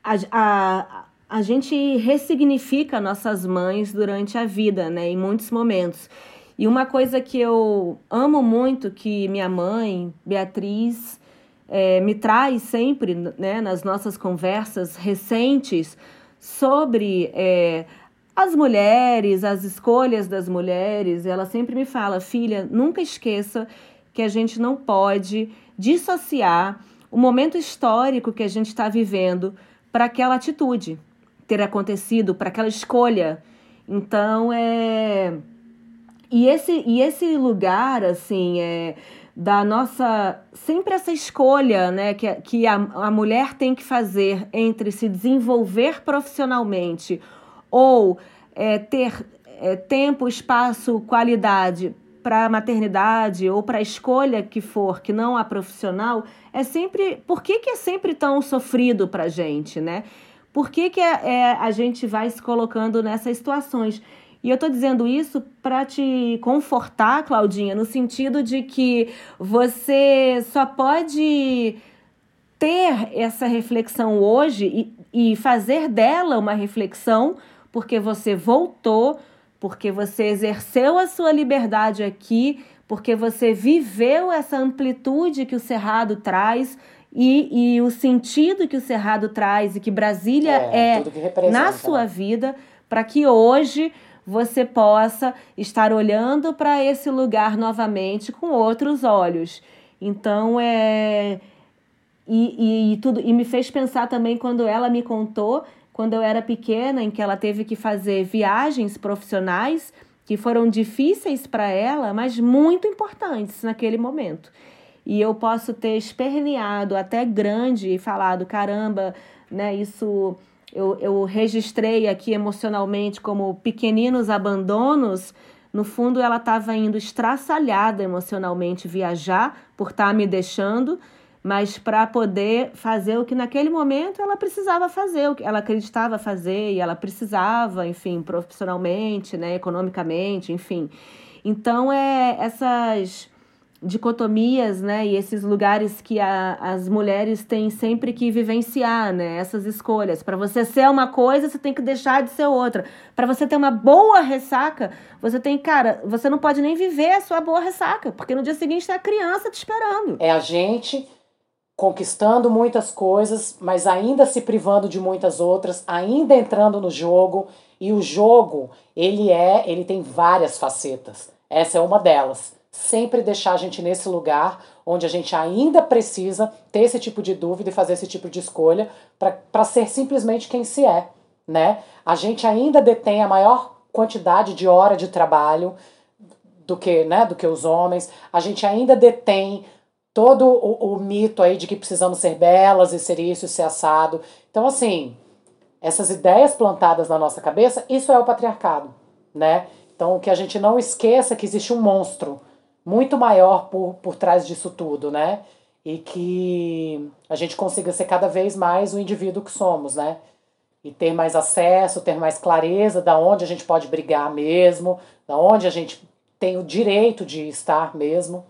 a, a, a gente ressignifica nossas mães durante a vida, né? Em muitos momentos. E uma coisa que eu amo muito que minha mãe, Beatriz, é, me traz sempre, né, nas nossas conversas recentes sobre é, as mulheres, as escolhas das mulheres. Ela sempre me fala, filha, nunca esqueça que a gente não pode dissociar o momento histórico que a gente está vivendo para aquela atitude ter acontecido, para aquela escolha. Então, é... E esse, e esse lugar, assim, é, da nossa... Sempre essa escolha, né, que, que a, a mulher tem que fazer entre se desenvolver profissionalmente ou é, ter é, tempo, espaço, qualidade para a maternidade ou para a escolha que for, que não a profissional, é sempre... Por que, que é sempre tão sofrido para a gente, né? Por que, que é, é, a gente vai se colocando nessas situações? E eu estou dizendo isso para te confortar, Claudinha, no sentido de que você só pode ter essa reflexão hoje e, e fazer dela uma reflexão porque você voltou, porque você exerceu a sua liberdade aqui, porque você viveu essa amplitude que o Cerrado traz e, e o sentido que o Cerrado traz e que Brasília é, é que na sua vida, para que hoje você possa estar olhando para esse lugar novamente com outros olhos. Então, é... E, e, e, tudo, e me fez pensar também quando ela me contou, quando eu era pequena, em que ela teve que fazer viagens profissionais que foram difíceis para ela, mas muito importantes naquele momento. E eu posso ter esperneado até grande e falado, caramba, né, isso... Eu, eu registrei aqui emocionalmente como pequeninos abandonos. No fundo, ela estava indo estraçalhada emocionalmente viajar por estar me deixando, mas para poder fazer o que naquele momento ela precisava fazer, o que ela acreditava fazer e ela precisava, enfim, profissionalmente, né, economicamente, enfim. Então, é essas dicotomias, né, e esses lugares que a, as mulheres têm sempre que vivenciar, né, essas escolhas. Para você ser uma coisa, você tem que deixar de ser outra. Para você ter uma boa ressaca, você tem, cara, você não pode nem viver a sua boa ressaca, porque no dia seguinte tem a criança te esperando. É a gente conquistando muitas coisas, mas ainda se privando de muitas outras, ainda entrando no jogo, e o jogo, ele é, ele tem várias facetas. Essa é uma delas. Sempre deixar a gente nesse lugar onde a gente ainda precisa ter esse tipo de dúvida e fazer esse tipo de escolha para ser simplesmente quem se é, né? A gente ainda detém a maior quantidade de hora de trabalho do que, né, do que os homens. A gente ainda detém todo o, o mito aí de que precisamos ser belas e ser isso e ser assado. Então, assim, essas ideias plantadas na nossa cabeça, isso é o patriarcado, né? Então, que a gente não esqueça que existe um monstro muito maior por, por trás disso tudo, né? E que a gente consiga ser cada vez mais o indivíduo que somos, né? E ter mais acesso, ter mais clareza da onde a gente pode brigar mesmo, da onde a gente tem o direito de estar mesmo.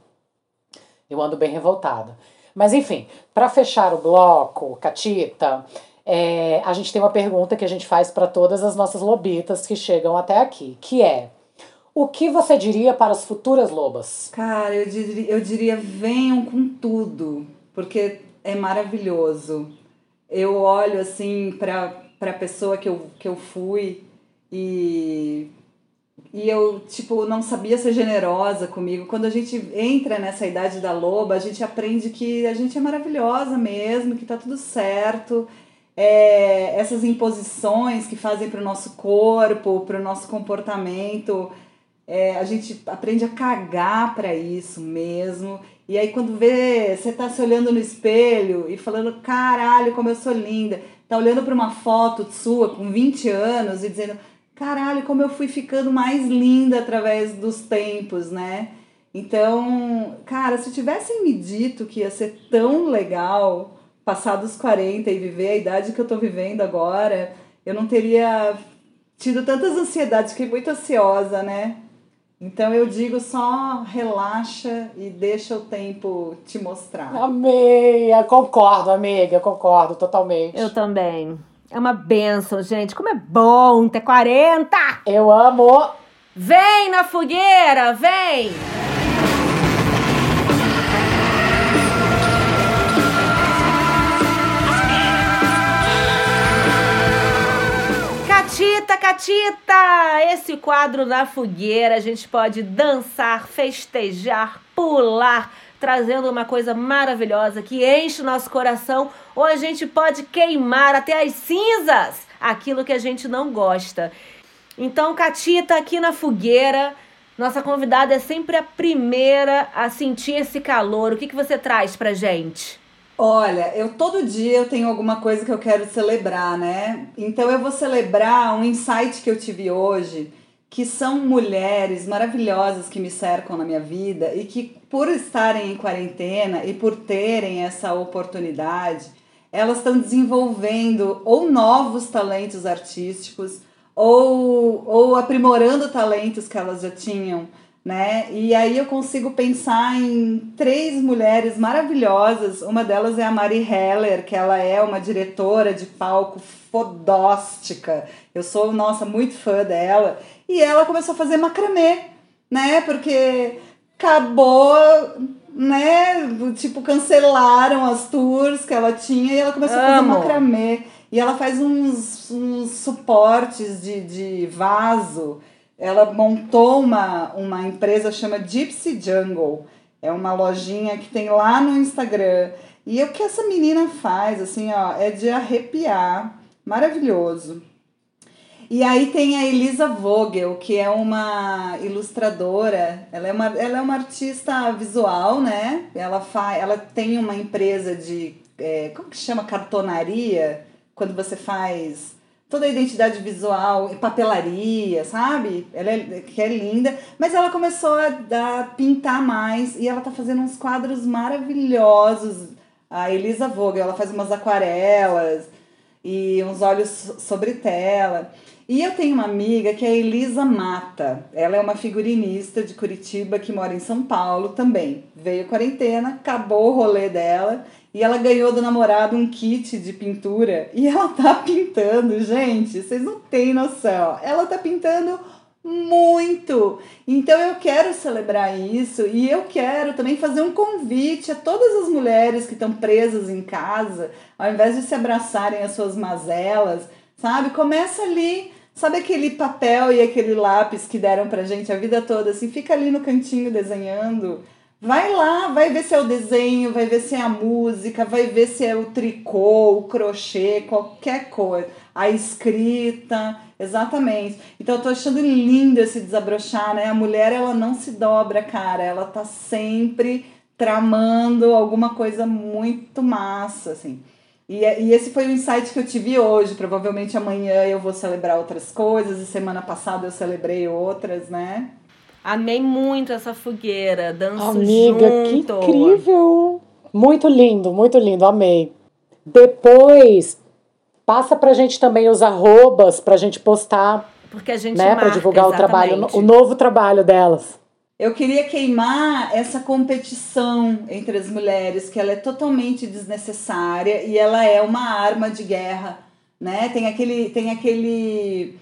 Eu ando bem revoltada. Mas enfim, para fechar o bloco, Catita, é, a gente tem uma pergunta que a gente faz para todas as nossas lobitas que chegam até aqui, que é: o que você diria para as futuras lobas? Cara, eu diria, eu diria venham com tudo, porque é maravilhoso. Eu olho assim para a pessoa que eu, que eu fui e, e eu tipo, não sabia ser generosa comigo. Quando a gente entra nessa idade da loba, a gente aprende que a gente é maravilhosa mesmo, que tá tudo certo. É, essas imposições que fazem para o nosso corpo, para o nosso comportamento... É, a gente aprende a cagar pra isso mesmo. E aí quando vê, você tá se olhando no espelho e falando, caralho, como eu sou linda. Tá olhando pra uma foto sua com vinte anos e dizendo, caralho, como eu fui ficando mais linda através dos tempos, né? Então, cara, se tivessem me dito que ia ser tão legal passar dos quarenta e viver a idade que eu tô vivendo agora, eu não teria tido tantas ansiedades, fiquei muito ansiosa, né? Então eu digo só relaxa e deixa o tempo te mostrar. Amei, eu concordo, amiga, concordo totalmente. Eu também. É uma bênção, gente. Como é bom ter quarenta! Eu amo. Vem na fogueira, vem! Catita, Catita! Esse quadro na fogueira a gente pode dançar, festejar, pular, trazendo uma coisa maravilhosa que enche o nosso coração, ou a gente pode queimar até as cinzas aquilo que a gente não gosta. Então, Catita, aqui na fogueira, nossa convidada é sempre a primeira a sentir esse calor. O que, que você traz pra gente? Olha, eu todo dia eu tenho alguma coisa que eu quero celebrar, né? Então eu vou celebrar um insight que eu tive hoje, que são mulheres maravilhosas que me cercam na minha vida e que, por estarem em quarentena e por terem essa oportunidade, elas estão desenvolvendo ou novos talentos artísticos ou, ou aprimorando talentos que elas já tinham, né? E aí eu consigo pensar em três mulheres maravilhosas. Uma delas é a Mari Heller, que ela é uma diretora de palco fodástica. Eu sou, nossa, muito fã dela. E ela começou a fazer macramê, né? Porque acabou, né? Tipo, cancelaram as tours que ela tinha e ela começou Amo. a fazer macramê. E ela faz uns, uns suportes de, de vaso. Ela montou uma, uma empresa chama Gypsy Jungle. É uma lojinha que tem lá no Instagram. E o que essa menina faz, assim, ó, é de arrepiar. Maravilhoso. E aí tem a Elisa Vogel, que é uma ilustradora. Ela é uma, ela é uma artista visual, né? Ela, fa, ela tem uma empresa de... É, como que chama? Cartonaria? Quando você faz... toda a identidade visual, papelaria, sabe? Ela é, que é linda, mas ela começou a, a pintar mais e ela tá fazendo uns quadros maravilhosos. A Elisa Vogel, ela faz umas aquarelas e uns olhos sobre tela. E eu tenho uma amiga que é a Elisa Mata. Ela é uma figurinista de Curitiba que mora em São Paulo também. Veio quarentena, acabou o rolê dela. E ela ganhou do namorado um kit de pintura e ela tá pintando, gente, vocês não têm noção. Ela tá pintando muito. Então eu quero celebrar isso e eu quero também fazer um convite a todas as mulheres que estão presas em casa, ao invés de se abraçarem as suas mazelas, sabe? Começa ali, sabe aquele papel e aquele lápis que deram pra gente a vida toda, assim, fica ali no cantinho desenhando. Vai lá, vai ver se é o desenho, vai ver se é a música, vai ver se é o tricô, o crochê, qualquer coisa. A escrita, exatamente. Então eu tô achando lindo esse desabrochar, né? A mulher, ela não se dobra, cara. Ela tá sempre tramando alguma coisa muito massa, assim. E, e esse foi o insight que eu tive hoje. Provavelmente amanhã eu vou celebrar outras coisas e semana passada eu celebrei outras, né? Amei muito essa fogueira, danço Amiga, junto. que incrível! Muito lindo, muito lindo, amei. Depois, passa pra gente também os arrobas pra gente postar. Porque a gente né, marca, pra divulgar exatamente. o trabalho, o novo trabalho delas. Eu queria queimar essa competição entre as mulheres, que ela é totalmente desnecessária e ela é uma arma de guerra, né? Tem aquele... Tem aquele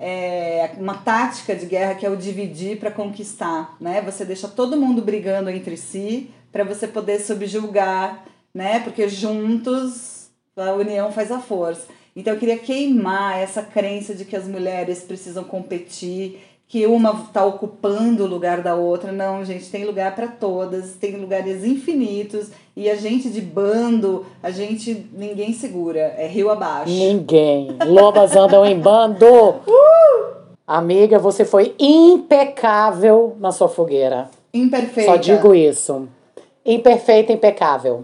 É uma tática de guerra que é o dividir para conquistar, né? Você deixa todo mundo brigando entre si para você poder subjugar, né? Porque juntos a união faz a força. Então eu queria queimar essa crença de que as mulheres precisam competir, que uma está ocupando o lugar da outra. Não, gente, tem lugar para todas, tem lugares infinitos e a gente de bando, a gente, ninguém segura, é rio abaixo. Ninguém. Lobas andam em bando. Uh! Amiga, você foi impecável na sua fogueira. Imperfeita. Só digo isso. Imperfeita, impecável.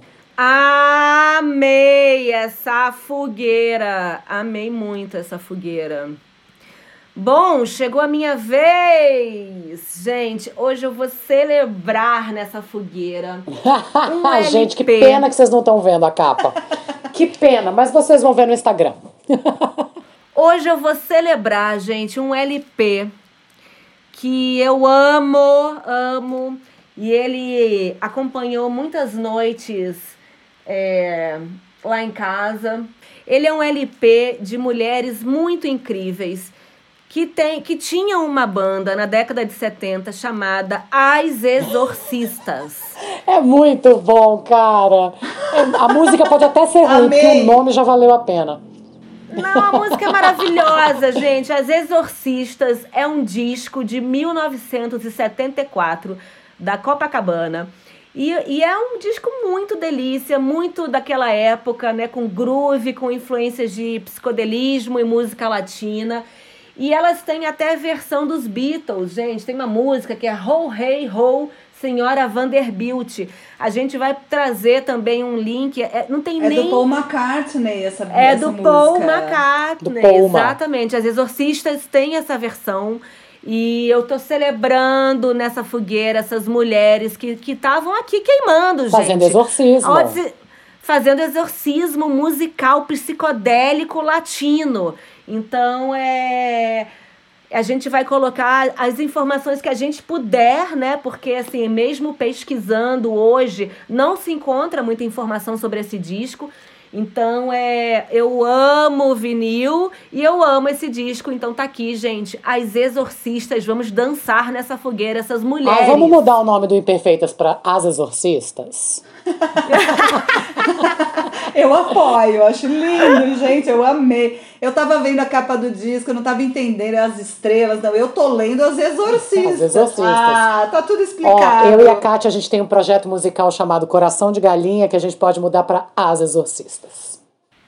Amei essa fogueira. Amei muito essa fogueira. Bom, chegou a minha vez! Gente, hoje eu vou celebrar nessa fogueira. Um Gente, que pena que vocês não estão vendo a capa. Que pena, mas vocês vão ver no Instagram. Hoje eu vou celebrar, gente, um L P que eu amo, amo. E ele acompanhou muitas noites é, lá em casa. Ele é um L P de mulheres muito incríveis que, tem, que tinham uma banda na década de setenta chamada As Exorcistas. É muito bom, cara. É, a música pode até ser ruim, Amei. porque o nome já valeu a pena. Não, a música é maravilhosa, gente. As Exorcistas é um disco de mil novecentos e setenta e quatro, da Copacabana. E, e é um disco muito delícia, muito daquela época, né? Com groove, com influências de psicodelismo e música latina. E elas têm até a versão dos Beatles, gente. Tem uma música que é Ho, Hey, Ho, Senhora Vanderbilt. A gente vai trazer também um link. É, não tem É nem... do Paul McCartney essa, É essa do música. Paul McCartney, Do Paul Ma. exatamente. As Exorcistas têm essa versão. E eu tô celebrando nessa fogueira essas mulheres que estavam aqui queimando, gente. Fazendo exorcismo. Onde- Fazendo exorcismo musical psicodélico latino. Então, é... a gente vai colocar as informações que a gente puder, né? Porque, assim, mesmo pesquisando hoje, não se encontra muita informação sobre esse disco. Então, é, eu amo o vinil e eu amo esse disco. Então, tá aqui, gente. As Exorcistas. Vamos dançar nessa fogueira, essas mulheres. Ah, vamos mudar o nome do Imperfeitas para As Exorcistas? Eu apoio, eu acho lindo, gente, eu amei. Eu tava vendo a capa do disco, eu não tava entendendo as estrelas, não. Eu tô lendo As Exorcistas. As Exorcistas. Ah, tá tudo Ó, explicado. eu e a Kátia, a gente tem um projeto musical chamado Coração de Galinha, que a gente pode mudar para As Exorcistas.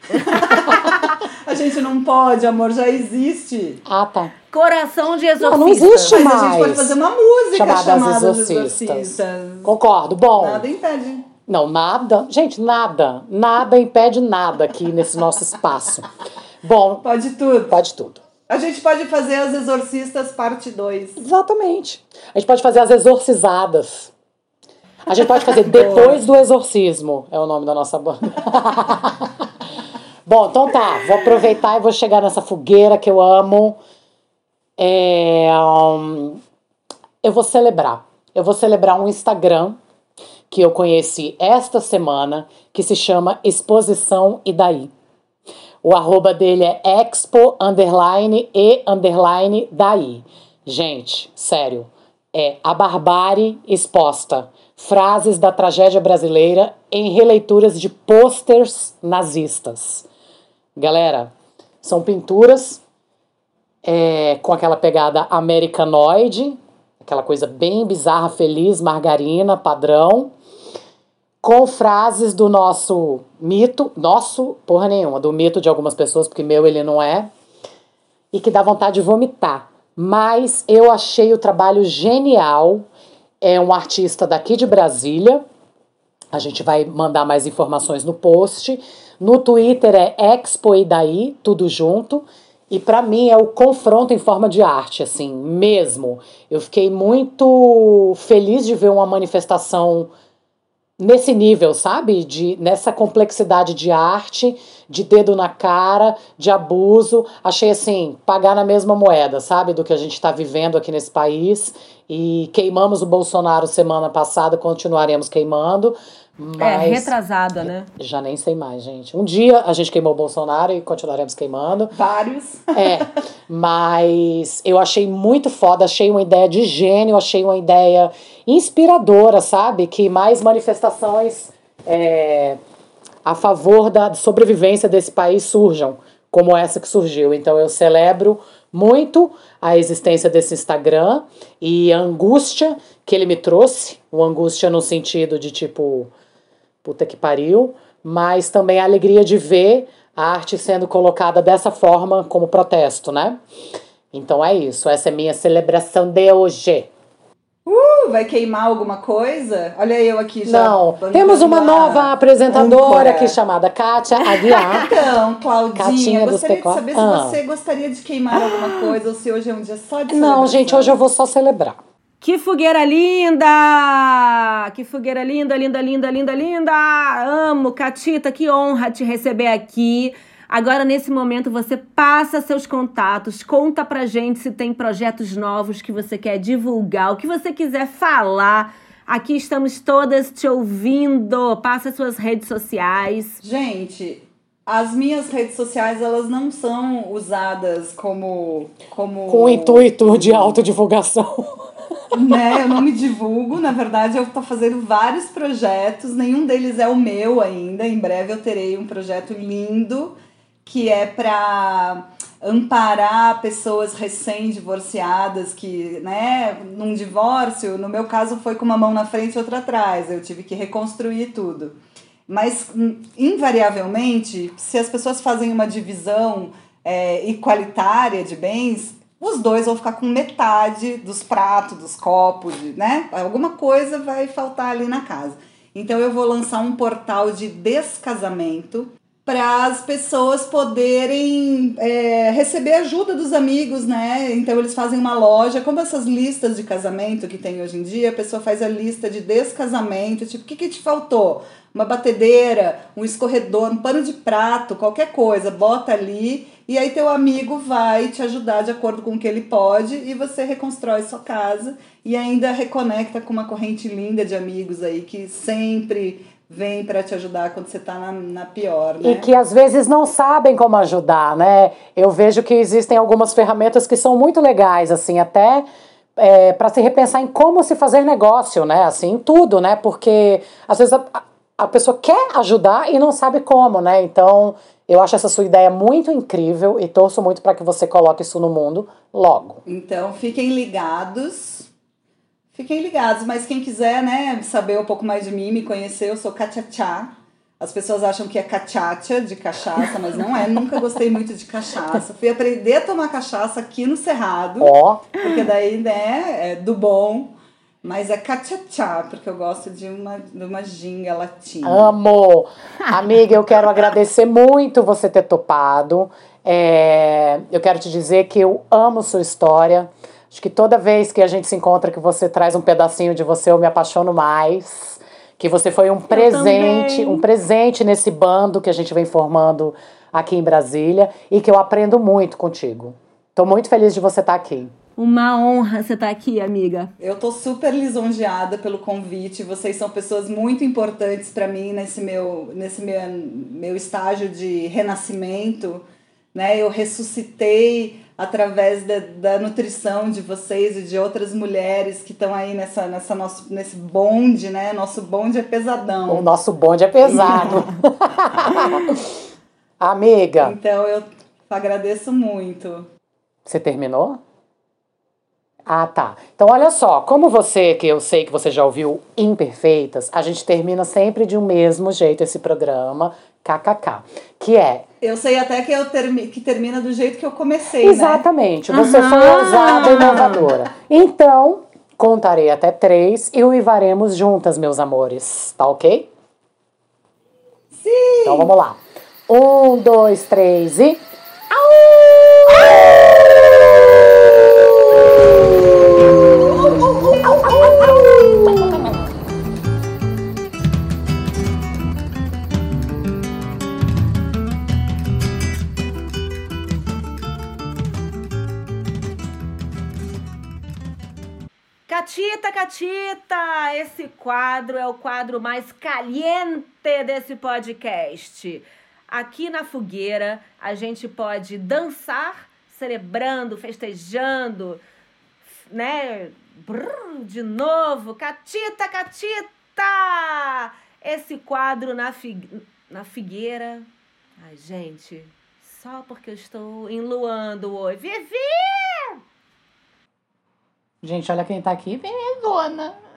A gente não pode, amor, já existe. Ah, tá. Coração de Não, Exorcista. não existe Mas mais. a gente pode fazer uma música chamada chamada, As As Exorcistas. Exorcistas. Concordo. Bom, Nada impede. não, nada. Gente, nada. Nada impede nada aqui nesse nosso espaço. Bom, Pode tudo. pode tudo. A gente pode fazer As Exorcistas parte dois. Exatamente. A gente pode fazer as exorcizadas. A gente pode fazer depois do exorcismo. É o nome da nossa banda. Bom, então tá. Vou aproveitar e vou chegar nessa fogueira que eu amo. É, um, eu vou celebrar. Eu vou celebrar um Instagram que eu conheci esta semana, que se chama Exposição e Daí. O arroba dele é expo, underline, e, underline, daí. Gente, sério, é a barbárie exposta. Frases da tragédia brasileira em releituras de pôsteres nazistas. Galera, são pinturas é, com aquela pegada americanoide, aquela coisa bem bizarra, feliz, margarina, padrão, com frases do nosso mito, nosso, porra nenhuma, do mito de algumas pessoas, porque meu ele não é, e que dá vontade de vomitar. Mas eu achei o trabalho genial. É um artista daqui de Brasília. A gente vai mandar mais informações no post. No Twitter é Expo e Daí, tudo junto. E pra mim é o confronto em forma de arte, assim, mesmo. Eu fiquei muito feliz de ver uma manifestação nesse nível, sabe? De, nessa complexidade de arte, de dedo na cara, de abuso. Achei, assim, pagar na mesma moeda, sabe? Do que a gente está vivendo aqui nesse país. E queimamos o Bolsonaro semana passada, continuaremos queimando. Mas É, retrasada, né? já nem sei mais, gente. Um dia a gente queimou o Bolsonaro e continuaremos queimando. Vários. É, mas eu achei muito foda, achei uma ideia de gênio, achei uma ideia inspiradora, sabe? Que mais manifestações é, a favor da sobrevivência desse país surjam, como essa que surgiu. Então eu celebro muito a existência desse Instagram e a angústia que ele me trouxe, uma angústia no sentido de tipo, puta que pariu, mas também a alegria de ver a arte sendo colocada dessa forma como protesto, né? Então é isso, essa é minha celebração de hoje. Uh, vai queimar alguma coisa? Olha eu aqui já. Não, bancando temos uma a nova apresentadora âncora. aqui chamada Kátia Aguiar. Então, Claudinha, Catinha dos gostaria de Pecó- saber Ah. se você gostaria de queimar alguma coisa ou se hoje é um dia só de Não, celebração. gente, hoje eu vou só celebrar. Que fogueira linda! Que fogueira linda, linda, linda, linda, linda! Amo, Catita, que honra te receber aqui. Agora, nesse momento, você passa seus contatos, conta pra gente se tem projetos novos que você quer divulgar, o que você quiser falar. Aqui estamos todas te ouvindo. Passa suas redes sociais. Gente, as minhas redes sociais, elas não são usadas como... como... Com o intuito de autodivulgação. Né, eu não me divulgo, na verdade eu tô fazendo vários projetos, nenhum deles é o meu ainda. Em breve eu terei um projeto lindo que é para amparar pessoas recém-divorciadas que, né, num divórcio, no meu caso foi com uma mão na frente e outra atrás, eu tive que reconstruir tudo. Mas, invariavelmente, se as pessoas fazem uma divisão é, igualitária de bens, os dois vão ficar com metade dos pratos, dos copos, de, né? Alguma coisa vai faltar ali na casa. Então, eu vou lançar um portal de descasamento para as pessoas poderem é, receber ajuda dos amigos, né? Então, eles fazem uma loja, como essas listas de casamento que tem hoje em dia, a pessoa faz a lista de descasamento, tipo, o que, que te faltou? Uma batedeira, um escorredor, um pano de prato, qualquer coisa, bota ali e aí teu amigo vai te ajudar de acordo com o que ele pode e você reconstrói sua casa e ainda reconecta com uma corrente linda de amigos aí que sempre vem para te ajudar quando você tá na, na pior, né? E que às vezes não sabem como ajudar, né? Eu vejo que existem algumas ferramentas que são muito legais, assim, até é, para se repensar em como se fazer negócio, né? Assim, em tudo, né? Porque às vezes a, a pessoa quer ajudar e não sabe como, né? Então, eu acho essa sua ideia muito incrível e torço muito para que você coloque isso no mundo logo. Então, fiquem ligados. Fiquem ligados, mas quem quiser, né, saber um pouco mais de mim, me conhecer, eu sou Cachachá. As pessoas acham que é cachacha, de cachaça, mas não é. Nunca gostei muito de cachaça. Fui aprender a tomar cachaça aqui no Cerrado. Ó. Porque daí, né, é do bom. Mas é cachachá, porque eu gosto de uma, de uma ginga latina. Amo! Amiga, eu quero agradecer muito você ter topado. É, eu quero te dizer que eu amo sua história. Acho que toda vez que a gente se encontra, que você traz um pedacinho de você, eu me apaixono mais. Que você foi um presente, um presente nesse bando que a gente vem formando aqui em Brasília. E que eu aprendo muito contigo. Tô muito feliz de você estar aqui. Uma honra você estar aqui, amiga. Eu tô super lisonjeada pelo convite. Vocês são pessoas muito importantes para mim nesse meu, nesse meu, meu estágio de renascimento, né? Eu ressuscitei através da, da nutrição de vocês e de outras mulheres que estão aí nessa, nessa nosso, nesse bonde, né? Nosso bonde é pesadão. O nosso bonde é pesado. Amiga. Então eu agradeço muito. Você terminou? Ah, tá. Então, olha só, como você, que eu sei que você já ouviu Imperfeitas, a gente termina sempre de um mesmo jeito esse programa, kkk, que é... Eu sei até que, eu termi, que termina do jeito que eu comecei, Exatamente, né? Você uhum. foi ousada e inovadora. Então, contarei até três e uivaremos juntas, meus amores, tá ok? Sim! Então, vamos lá. Um, dois, três e... Catita, Catita! Esse quadro é o quadro mais caliente desse podcast. Aqui na fogueira a gente pode dançar, celebrando, festejando, né? Brrr, de novo, Catita, Catita! Esse quadro na, figu... na figueira. Ai, gente, só porque eu estou enluando hoje. Vivi! Gente, olha quem tá aqui. Vem, dona.